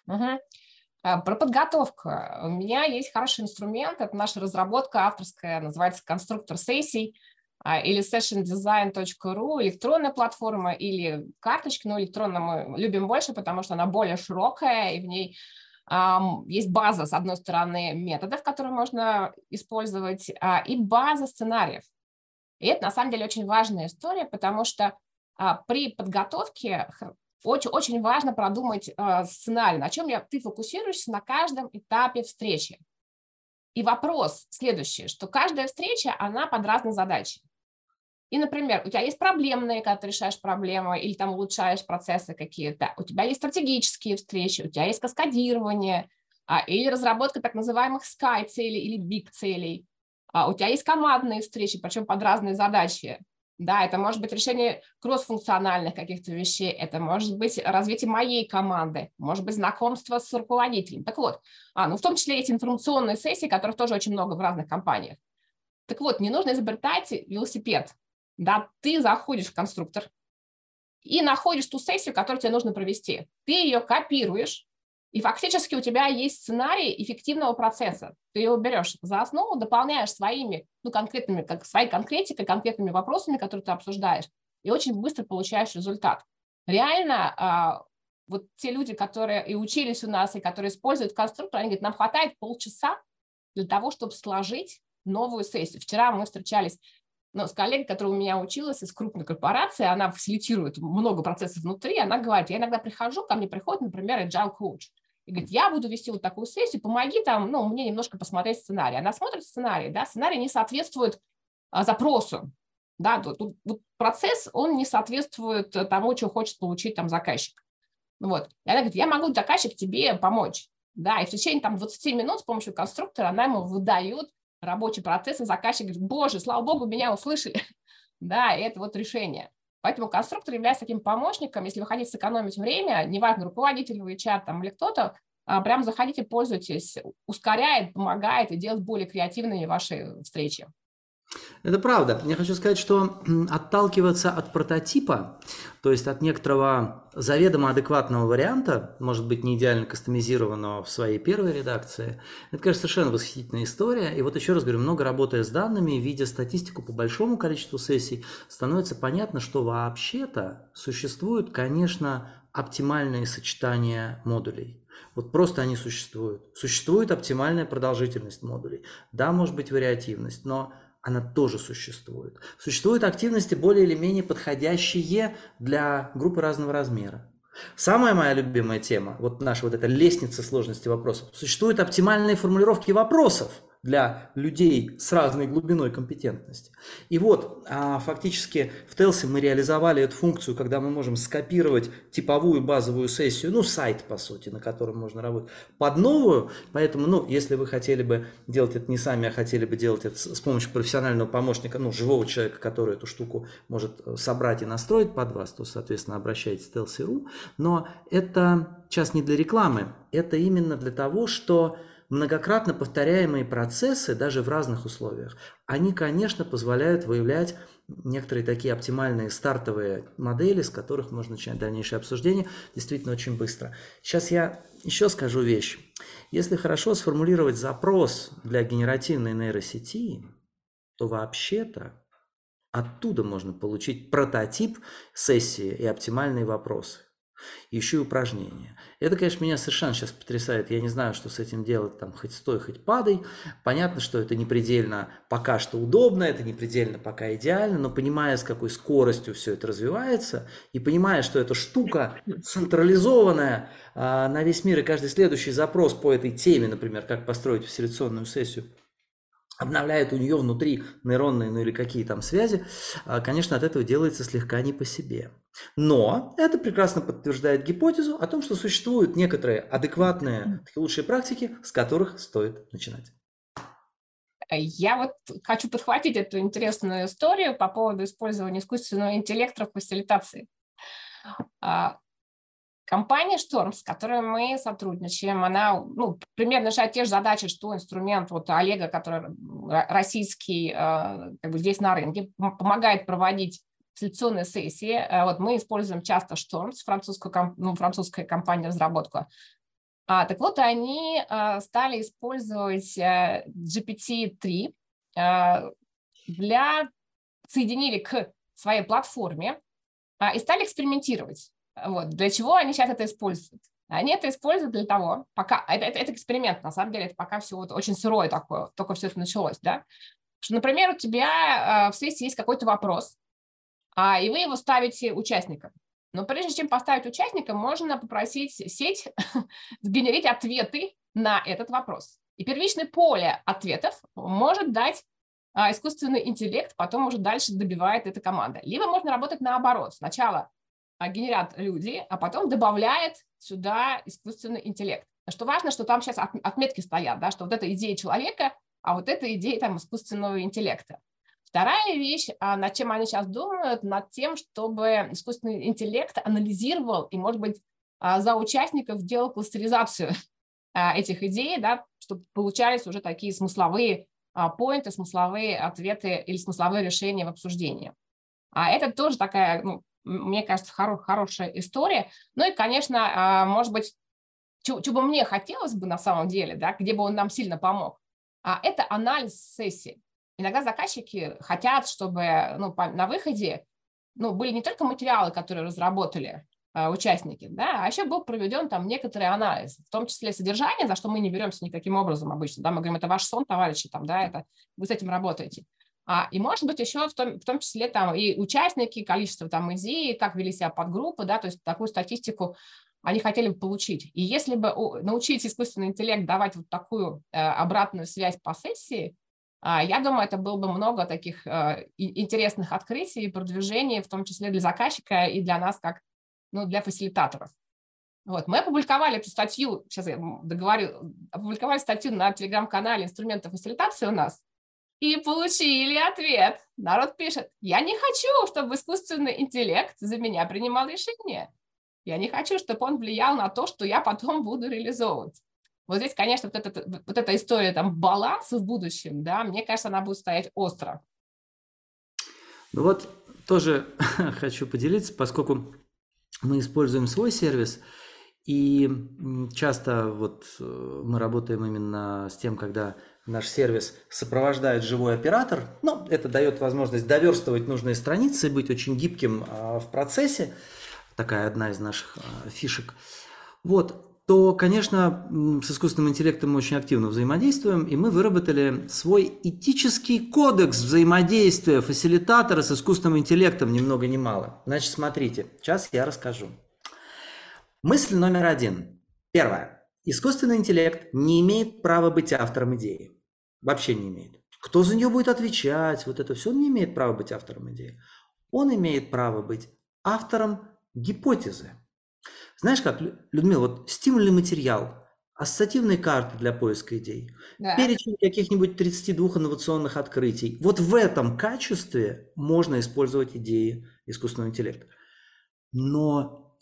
Про подготовку. У меня есть хороший инструмент, это наша разработка авторская, называется «Конструктор сессий», или sessiondesign.ru, электронная платформа, или карточки, но электронную мы любим больше, потому что она более широкая, и в ней есть база, с одной стороны, методов, которые можно использовать, и база сценариев. И это, на самом деле, очень важная история, потому что при подготовке очень важно продумать сценарий, на чем ты фокусируешься на каждом этапе встречи. И вопрос следующий, что каждая встреча, она под разные задачи. И, например, у тебя есть проблемные, когда ты решаешь проблемы или там улучшаешь процессы какие-то. У тебя есть стратегические встречи, у тебя есть каскадирование или разработка так называемых Sky-целей или Big-целей. У тебя есть командные встречи, причем под разные задачи. Да, это может быть решение кроссфункциональных каких-то вещей, это может быть развитие моей команды, может быть знакомство с руководителем. Так вот, в том числе эти информационные сессии, которых тоже очень много в разных компаниях. Так вот, не нужно изобретать велосипед. Да, ты заходишь в конструктор и находишь ту сессию, которую тебе нужно провести. Ты ее копируешь, и фактически у тебя есть сценарий эффективного процесса. Ты его берешь за основу, дополняешь своими, конкретными, своей конкретикой, конкретными вопросами, которые ты обсуждаешь, и очень быстро получаешь результат. Реально, вот те люди, которые и учились у нас, и которые используют конструктор, они говорят, нам хватает полчаса для того, чтобы сложить новую сессию. Вчера мы встречались с коллегой, которая у меня училась из крупной корпорации, она фасилитирует много процессов внутри, она говорит, я иногда прихожу, ко мне приходит, например, agile coach, и говорит, я буду вести вот такую сессию, помоги там, мне немножко посмотреть сценарий. Она смотрит сценарий, да, сценарий не соответствует запросу, да, тут процесс, он не соответствует тому, что хочет получить там заказчик. Вот. И она говорит, я могу, заказчик, тебе помочь, да, и в течение там 20 минут с помощью конструктора она ему выдает рабочий процесс, и заказчик говорит, боже, слава богу, меня услышали, да, и это вот решение. Поэтому конструктор является таким помощником, если вы хотите сэкономить время, неважно, руководитель вы, HR там, или кто-то, прям заходите, пользуйтесь, ускоряет, помогает и делает более креативными ваши встречи. Это правда. Я хочу сказать, что отталкиваться от прототипа, то есть от некоторого заведомо адекватного варианта, может быть, не идеально кастомизированного в своей первой редакции, это, конечно, совершенно восхитительная история. И вот еще раз говорю, много работая с данными, видя статистику по большому количеству сессий, становится понятно, что вообще-то существуют, конечно, оптимальные сочетания модулей. Вот просто они существуют. Существует оптимальная продолжительность модулей. Да, может быть вариативность, но она тоже существует. Существуют активности более или менее подходящие для группы разного размера. Самая моя любимая тема, вот наша вот эта лестница сложности вопросов, существуют оптимальные формулировки вопросов для людей с разной глубиной компетентности. И вот фактически в Телсе мы реализовали эту функцию, когда мы можем скопировать типовую базовую сессию, сайт по сути, на котором можно работать, под новую. Поэтому, если вы хотели бы делать это не сами, а хотели бы делать это с помощью профессионального помощника, живого человека, который эту штуку может собрать и настроить под вас, то, соответственно, обращайтесь в Telsi.ru. Но это сейчас не для рекламы, это именно для того, что многократно повторяемые процессы, даже в разных условиях, они, конечно, позволяют выявлять некоторые такие оптимальные стартовые модели, с которых можно начинать дальнейшее обсуждение действительно очень быстро. Сейчас я еще скажу вещь. Если хорошо сформулировать запрос для генеративной нейросети, то вообще-то оттуда можно получить прототип сессии и оптимальные вопросы. Еще и упражнения. Это, конечно, меня совершенно сейчас потрясает. Я не знаю, что с этим делать, там, хоть стой, хоть падай. Понятно, что это не предельно пока что удобно, это не предельно пока идеально, но понимая, с какой скоростью все это развивается, и понимая, что эта штука централизованная на весь мир, и каждый следующий запрос по этой теме, например, как построить фасилитационную сессию, обновляет у нее внутри нейронные, или какие там связи, конечно, от этого делается слегка не по себе. Но это прекрасно подтверждает гипотезу о том, что существуют некоторые адекватные, лучшие практики, с которых стоит начинать. Я вот хочу подхватить эту интересную историю по поводу использования искусственного интеллекта в фасилитации. Компания Storm, с которой мы сотрудничаем, она примерно решает те же задачи, что инструмент Олега, который российский, здесь на рынке, помогает проводить фасилитационные сессии. Мы используем часто Storm, французская компания разработка. Так вот, они стали использовать GPT-3 соединили к своей платформе и стали экспериментировать. Для чего они сейчас это используют? Они это используют для того, пока это эксперимент, на самом деле, это пока все очень сырое такое, только все это началось, да? Что, например, у тебя в сессии есть какой-то вопрос, и вы его ставите участникам. Но прежде чем поставить участника, можно попросить сеть сгенерить ответы на этот вопрос. И первичное поле ответов может дать искусственный интеллект, потом уже дальше добивает эта команда. Либо можно работать наоборот. Сначала генерят люди, а потом добавляет сюда искусственный интеллект. Что важно, что там сейчас отметки стоят, да, что вот эта идея человека, а вот эта идея там искусственного интеллекта. Вторая вещь, над чем они сейчас думают, над тем, чтобы искусственный интеллект анализировал и, может быть, за участников делал кластеризацию этих идей, да, чтобы получались уже такие смысловые поинты, смысловые ответы или смысловые решения в обсуждении. Это тоже такая, ну, мне кажется, хорошая история. Ну и, конечно, может быть, что бы мне хотелось бы на самом деле, да, где бы он нам сильно помог, это анализ сессии. Иногда заказчики хотят, чтобы на выходе были не только материалы, которые разработали участники, да, а еще был проведен там некоторый анализ, в том числе содержание, за что мы не беремся никаким образом обычно. Да, мы говорим, это ваш сон, товарищи, там, да, это, вы с этим работаете. И, может быть, еще в том числе там и участники, количество там идей, как вели себя подгруппы, да, то есть такую статистику они хотели бы получить. И если бы научить искусственный интеллект давать вот такую обратную связь по сессии, я думаю, это было бы много таких интересных открытий и продвижений, в том числе для заказчика и для нас, как для фасилитаторов. Вот. Мы опубликовали эту статью, сейчас я договорю, опубликовали статью на телеграм-канале «Инструменты фасилитации» у нас, и получили ответ. Народ пишет: я не хочу, чтобы искусственный интеллект за меня принимал решения. Я не хочу, чтобы он влиял на то, что я потом буду реализовывать. Вот здесь, конечно, вот эта история там баланса в будущем, да, мне кажется, она будет стоять остро. Ну вот тоже хочу поделиться, поскольку мы используем свой сервис, и часто вот мы работаем именно с тем, когда наш сервис сопровождает живой оператор, но это дает возможность доверстывать нужные страницы, быть очень гибким в процессе, такая одна из наших фишек, вот, то, конечно, с искусственным интеллектом мы очень активно взаимодействуем, и мы выработали свой этический кодекс взаимодействия фасилитатора с искусственным интеллектом, ни много ни мало. Значит, смотрите, сейчас я расскажу. Мысль номер 1. Первое. Искусственный интеллект не имеет права быть автором идеи. Вообще не имеет. Кто за нее будет отвечать, вот это все, он не имеет права быть автором идеи. Он имеет право быть автором гипотезы. Знаешь как, Людмила, вот стимульный материал, ассоциативные карты для поиска идей, да, перечень каких-нибудь 32 инновационных открытий. Вот в этом качестве можно использовать идеи искусственного интеллекта. Но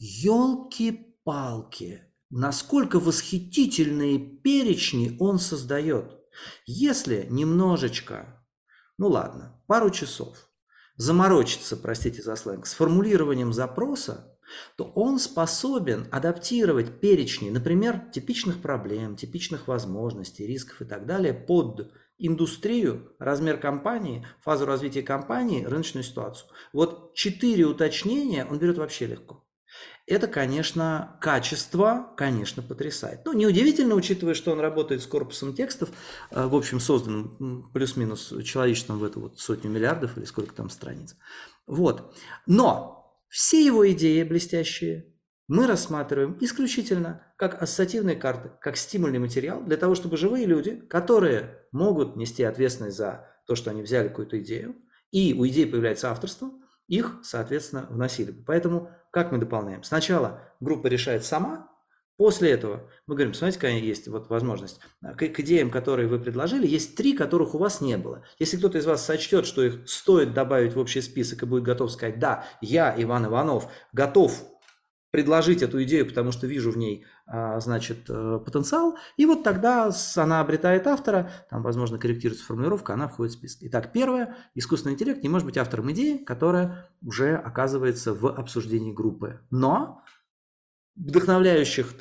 елки-палки, насколько восхитительные перечни он создает. Если немножечко, пару часов заморочиться, простите за сленг, с формулированием запроса, то он способен адаптировать перечни, например, типичных проблем, типичных возможностей, рисков и так далее под индустрию, размер компании, фазу развития компании, рыночную ситуацию. Вот 4 уточнения он берет вообще легко. Это, конечно, качество, конечно, потрясает. Неудивительно, учитывая, что он работает с корпусом текстов, в общем, созданным плюс-минус человечеством в эту вот 100 миллиардов или сколько там страниц. Вот. Но все его идеи блестящие мы рассматриваем исключительно как ассоциативные карты, как стимульный материал для того, чтобы живые люди, которые могут нести ответственность за то, что они взяли какую-то идею, и у идеи появляется авторство, их, соответственно, вносили. Поэтому как мы дополняем? Сначала группа решает сама, после этого мы говорим, смотрите, какая есть вот возможность. К идеям, которые вы предложили, есть 3, которых у вас не было. Если кто-то из вас сочтет, что их стоит добавить в общий список и будет готов сказать, да, я, Иван Иванов, готов предложить эту идею, потому что вижу в ней, потенциал, и вот тогда она обретает автора, там, возможно, корректируется формулировка, она входит в список. Итак, первое, искусственный интеллект не может быть автором идеи, которая уже оказывается в обсуждении группы. Но вдохновляющих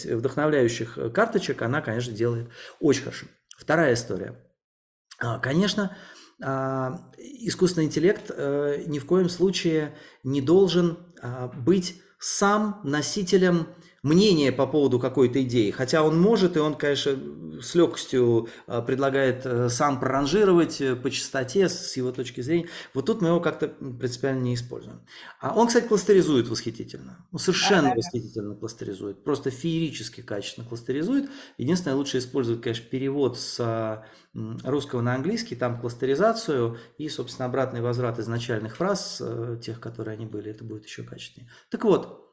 карточек она, конечно, делает очень хорошо. Вторая история. Конечно, искусственный интеллект ни в коем случае не должен быть сам носителем мнения по поводу какой-то идеи. Хотя он может, и он, конечно, с легкостью предлагает сам проранжировать по частоте с его точки зрения. Вот тут мы его как-то принципиально не используем. Он, кстати, кластеризует восхитительно. Совершенно восхитительно кластеризует. Просто феерически качественно кластеризует. Единственное, лучше использовать, конечно, перевод с русского на английский, там кластеризацию и, собственно, обратный возврат изначальных фраз, тех, которые они были, это будет еще качественнее. Так вот,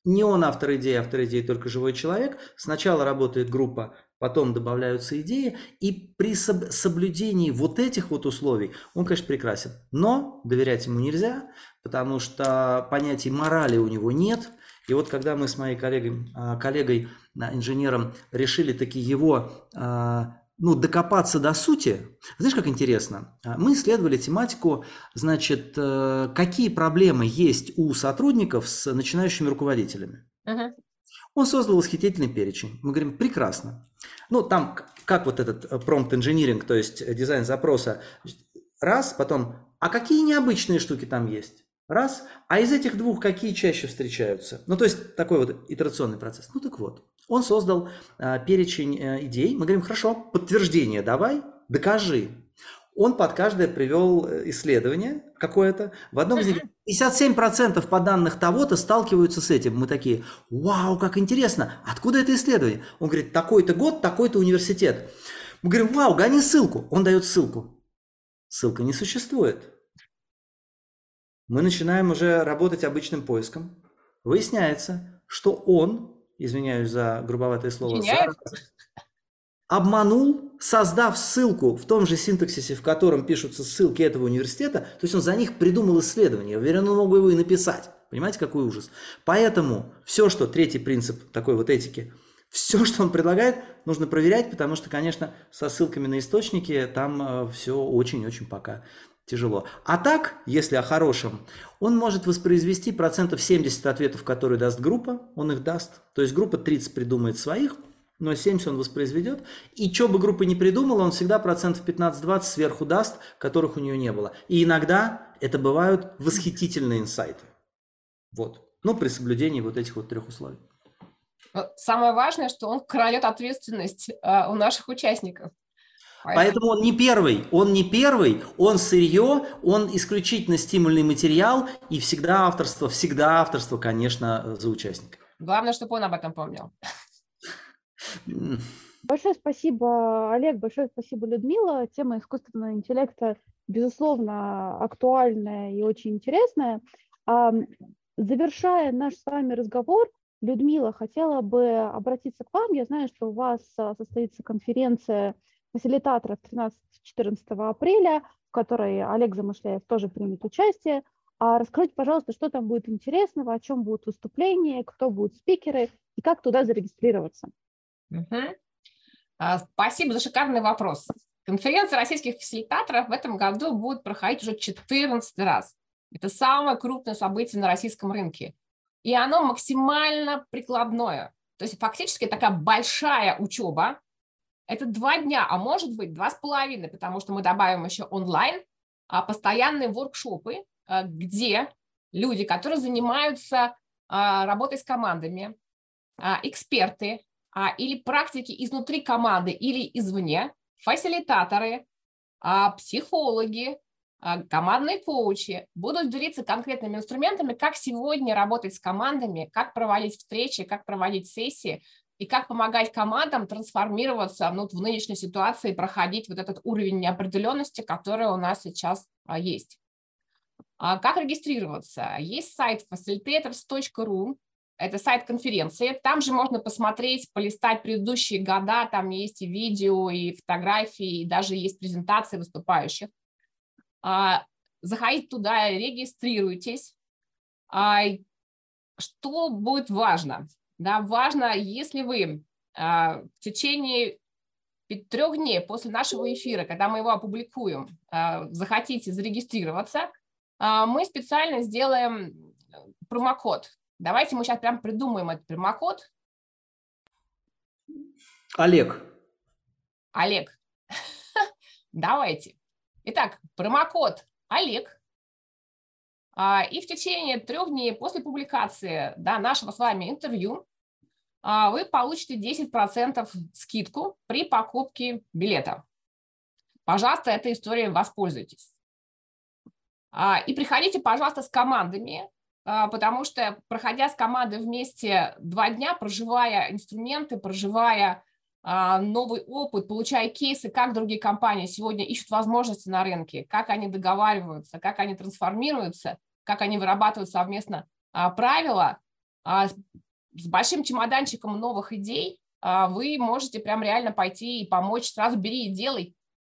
Не он автор идеи только живой человек. Сначала работает группа, потом добавляются идеи, и при соблюдении вот этих вот условий он, конечно, прекрасен. Но доверять ему нельзя, потому что понятий морали у него нет. И вот когда мы с моей коллегой, инженером, решили таки его докопаться до сути, знаешь, как интересно? Мы исследовали тематику, значит, какие проблемы есть у сотрудников с начинающими руководителями. Он создал восхитительный перечень. Мы говорим, прекрасно. Ну, там, как вот этот промпт-инжиниринг, то есть дизайн запроса, раз, потом, а какие необычные штуки там есть? Раз, а из этих двух какие чаще встречаются? Ну, то есть такой вот итерационный процесс. Ну, так вот, он создал перечень идей. Мы говорим, хорошо, подтверждение давай, докажи. Он под каждое привел исследование какое-то. В одном из них 57% по данных того-то сталкиваются с этим. Мы такие, вау, как интересно, откуда это исследование? Он говорит, такой-то год, такой-то университет. Мы говорим, вау, гони ссылку. Он дает ссылку. Ссылка не существует. Мы начинаем уже работать обычным поиском. Выясняется, что он, извиняюсь за грубоватое слово, обманул, создав ссылку в том же синтаксисе, в котором пишутся ссылки этого университета, то есть он за них придумал исследование. Я уверен, он мог бы его и написать. Понимаете, какой ужас? Поэтому все, что, третий принцип такой вот этики, все, что он предлагает, нужно проверять, потому что, конечно, со ссылками на источники там все очень-очень пока тяжело. А так, если о хорошем, он может воспроизвести 70% ответов, которые даст группа, он их даст. То есть группа 30 придумает своих, но 70 он воспроизведет. И что бы группа не придумала, он всегда 15-20 сверху даст, которых у нее не было. И иногда это бывают восхитительные инсайты. Вот. Ну, при соблюдении вот этих вот трех условий. Самое важное, что он крадет ответственность у наших участников. Поэтому он не первый, он сырье, он исключительно стимульный материал, и всегда авторство, конечно, за участника. Главное, чтобы он об этом помнил. Большое спасибо, Олег, большое спасибо, Людмила. Тема искусственного интеллекта, безусловно, актуальная и очень интересная. Завершая наш с вами разговор, Людмила, хотела бы обратиться к вам. Я знаю, что у вас состоится конференция фасилитаторов 13-14 апреля, в которой Олег Замышляев тоже примет участие. Расскажите, пожалуйста, что там будет интересного, о чем будут выступления, кто будут спикеры и как туда зарегистрироваться. Спасибо за шикарный вопрос. Конференция российских фасилитаторов в этом году будет проходить уже 14 раз. Это самое крупное событие на российском рынке. И оно максимально прикладное. То есть фактически такая большая учеба. Это 2 дня, а может быть 2,5, потому что мы добавим еще онлайн, постоянные воркшопы, где люди, которые занимаются работой с командами, эксперты или практики изнутри команды или извне, фасилитаторы, психологи, командные коучи будут делиться конкретными инструментами, как сегодня работать с командами, как проводить встречи, как проводить сессии, и как помогать командам трансформироваться в нынешней ситуации и проходить вот этот уровень неопределенности, который у нас сейчас есть. Как регистрироваться? Есть сайт facilitators.ru, это сайт конференции. Там же можно посмотреть, полистать предыдущие года, там есть и видео, и фотографии, и даже есть презентации выступающих. Заходите туда, регистрируйтесь. Что будет важно? Да, важно, если вы в течение 3 дней после нашего эфира, когда мы его опубликуем, захотите зарегистрироваться, мы специально сделаем промокод. Давайте мы сейчас прям придумаем этот промокод. Олег. Давайте. Итак, промокод Олег. И в течение 3 дней после публикации нашего с вами интервью вы получите 10% скидку при покупке билета. Пожалуйста, этой историей воспользуйтесь. И приходите, пожалуйста, с командами, потому что, проходя с командой вместе 2 дня, проживая инструменты, проживая новый опыт, получая кейсы, как другие компании сегодня ищут возможности на рынке, как они договариваются, как они трансформируются, как они вырабатывают совместно правила, с большим чемоданчиком новых идей вы можете прям реально пойти и помочь, сразу бери и делай,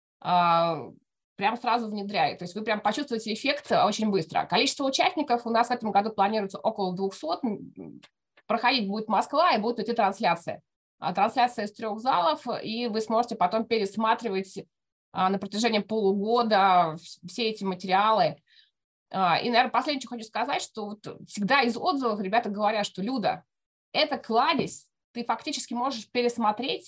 прям сразу внедряй. То есть вы прям почувствуете эффект очень быстро. Количество участников у нас в этом году планируется около 200. Проходить будет Москва, и будет идти трансляция. Трансляция из 3 залов, и вы сможете потом пересматривать на протяжении полугода все эти материалы. И, наверное, последнее, что хочу сказать, что вот всегда из отзывов ребята говорят, что, Люда, это кладезь, ты фактически можешь пересмотреть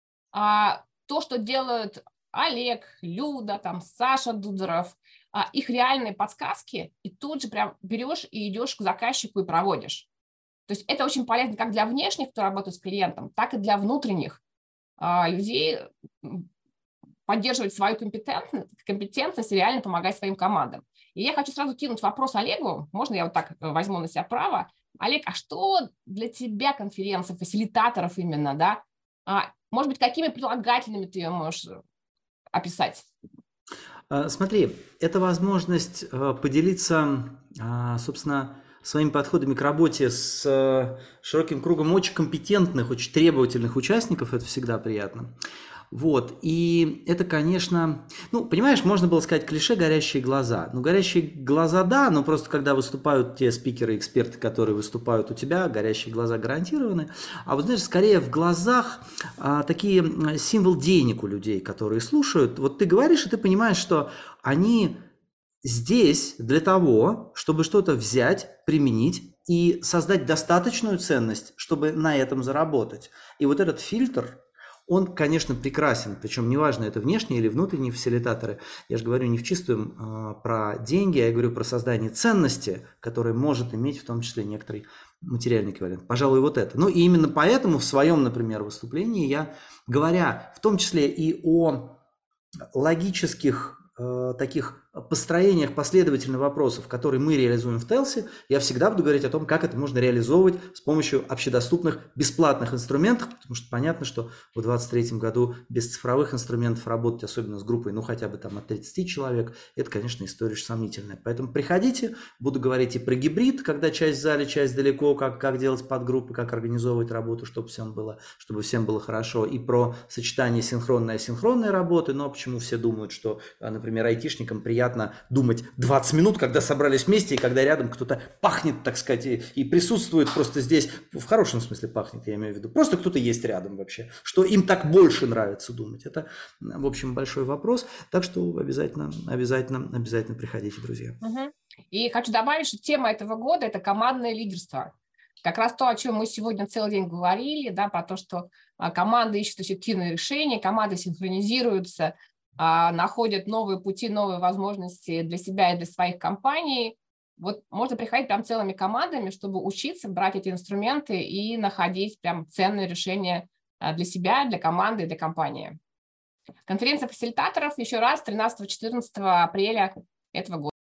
то, что делают Олег, Люда, там, Саша Дударов, их реальные подсказки, и тут же прям берешь и идешь к заказчику и проводишь. То есть это очень полезно как для внешних, кто работает с клиентом, так и для внутренних людей поддерживать свою компетентность и реально помогать своим командам. И я хочу сразу кинуть вопрос Олегу. Можно я вот так возьму на себя право? Олег, а что для тебя конференция, фасилитаторов именно, да? Может быть, какими прилагательными ты ее можешь описать? Смотри, это возможность поделиться, собственно, своими подходами к работе с широким кругом очень компетентных, очень требовательных участников. Это всегда приятно. Вот, и это, конечно, ну, понимаешь, можно было сказать клише «горящие глаза». Ну, горящие глаза, да, но просто когда выступают те спикеры, эксперты, которые выступают у тебя, горящие глаза гарантированы. А вот, знаешь, скорее в глазах такие символ денег у людей, которые слушают. Вот ты говоришь, и ты понимаешь, что они здесь для того, чтобы что-то взять, применить и создать достаточную ценность, чтобы на этом заработать. И вот этот фильтр, он, конечно, прекрасен, причем неважно, это внешние или внутренние фасилитаторы. Я же говорю не в чистую про деньги, я говорю про создание ценности, которая может иметь в том числе некоторый материальный эквивалент. Пожалуй, вот это. Ну и именно поэтому в своем, например, выступлении я, говоря в том числе и о логических таких построениях последовательных вопросов, которые мы реализуем в Телсе, я всегда буду говорить о том, как это можно реализовывать с помощью общедоступных бесплатных инструментов, потому что понятно, что в 2023 году без цифровых инструментов работать, особенно с группой, ну хотя бы там от 30 человек, это, конечно, история сомнительная. Поэтому приходите, буду говорить и про гибрид, когда часть в зале, часть далеко, как делать подгруппы, как организовывать работу, чтобы всем было хорошо, и про сочетание синхронной и асинхронной работы, но почему все думают, что, например, айтишникам приятно думать 20 минут, когда собрались вместе, и когда рядом кто-то пахнет, так сказать, и присутствует просто здесь, в хорошем смысле пахнет, я имею в виду, просто кто-то есть рядом вообще, что им так больше нравится думать. Это, в общем, большой вопрос, так что обязательно приходите, друзья. И хочу добавить, что тема этого года – это командное лидерство. Как раз то, о чем мы сегодня целый день говорили, да, про то, что команды ищут эффективные решения, команды синхронизируются, находят новые пути, новые возможности для себя и для своих компаний. Вот можно приходить прям целыми командами, чтобы учиться брать эти инструменты и находить прям ценные решения для себя, для команды и для компании. Конференция фасилитаторов еще раз 13-14 апреля этого года.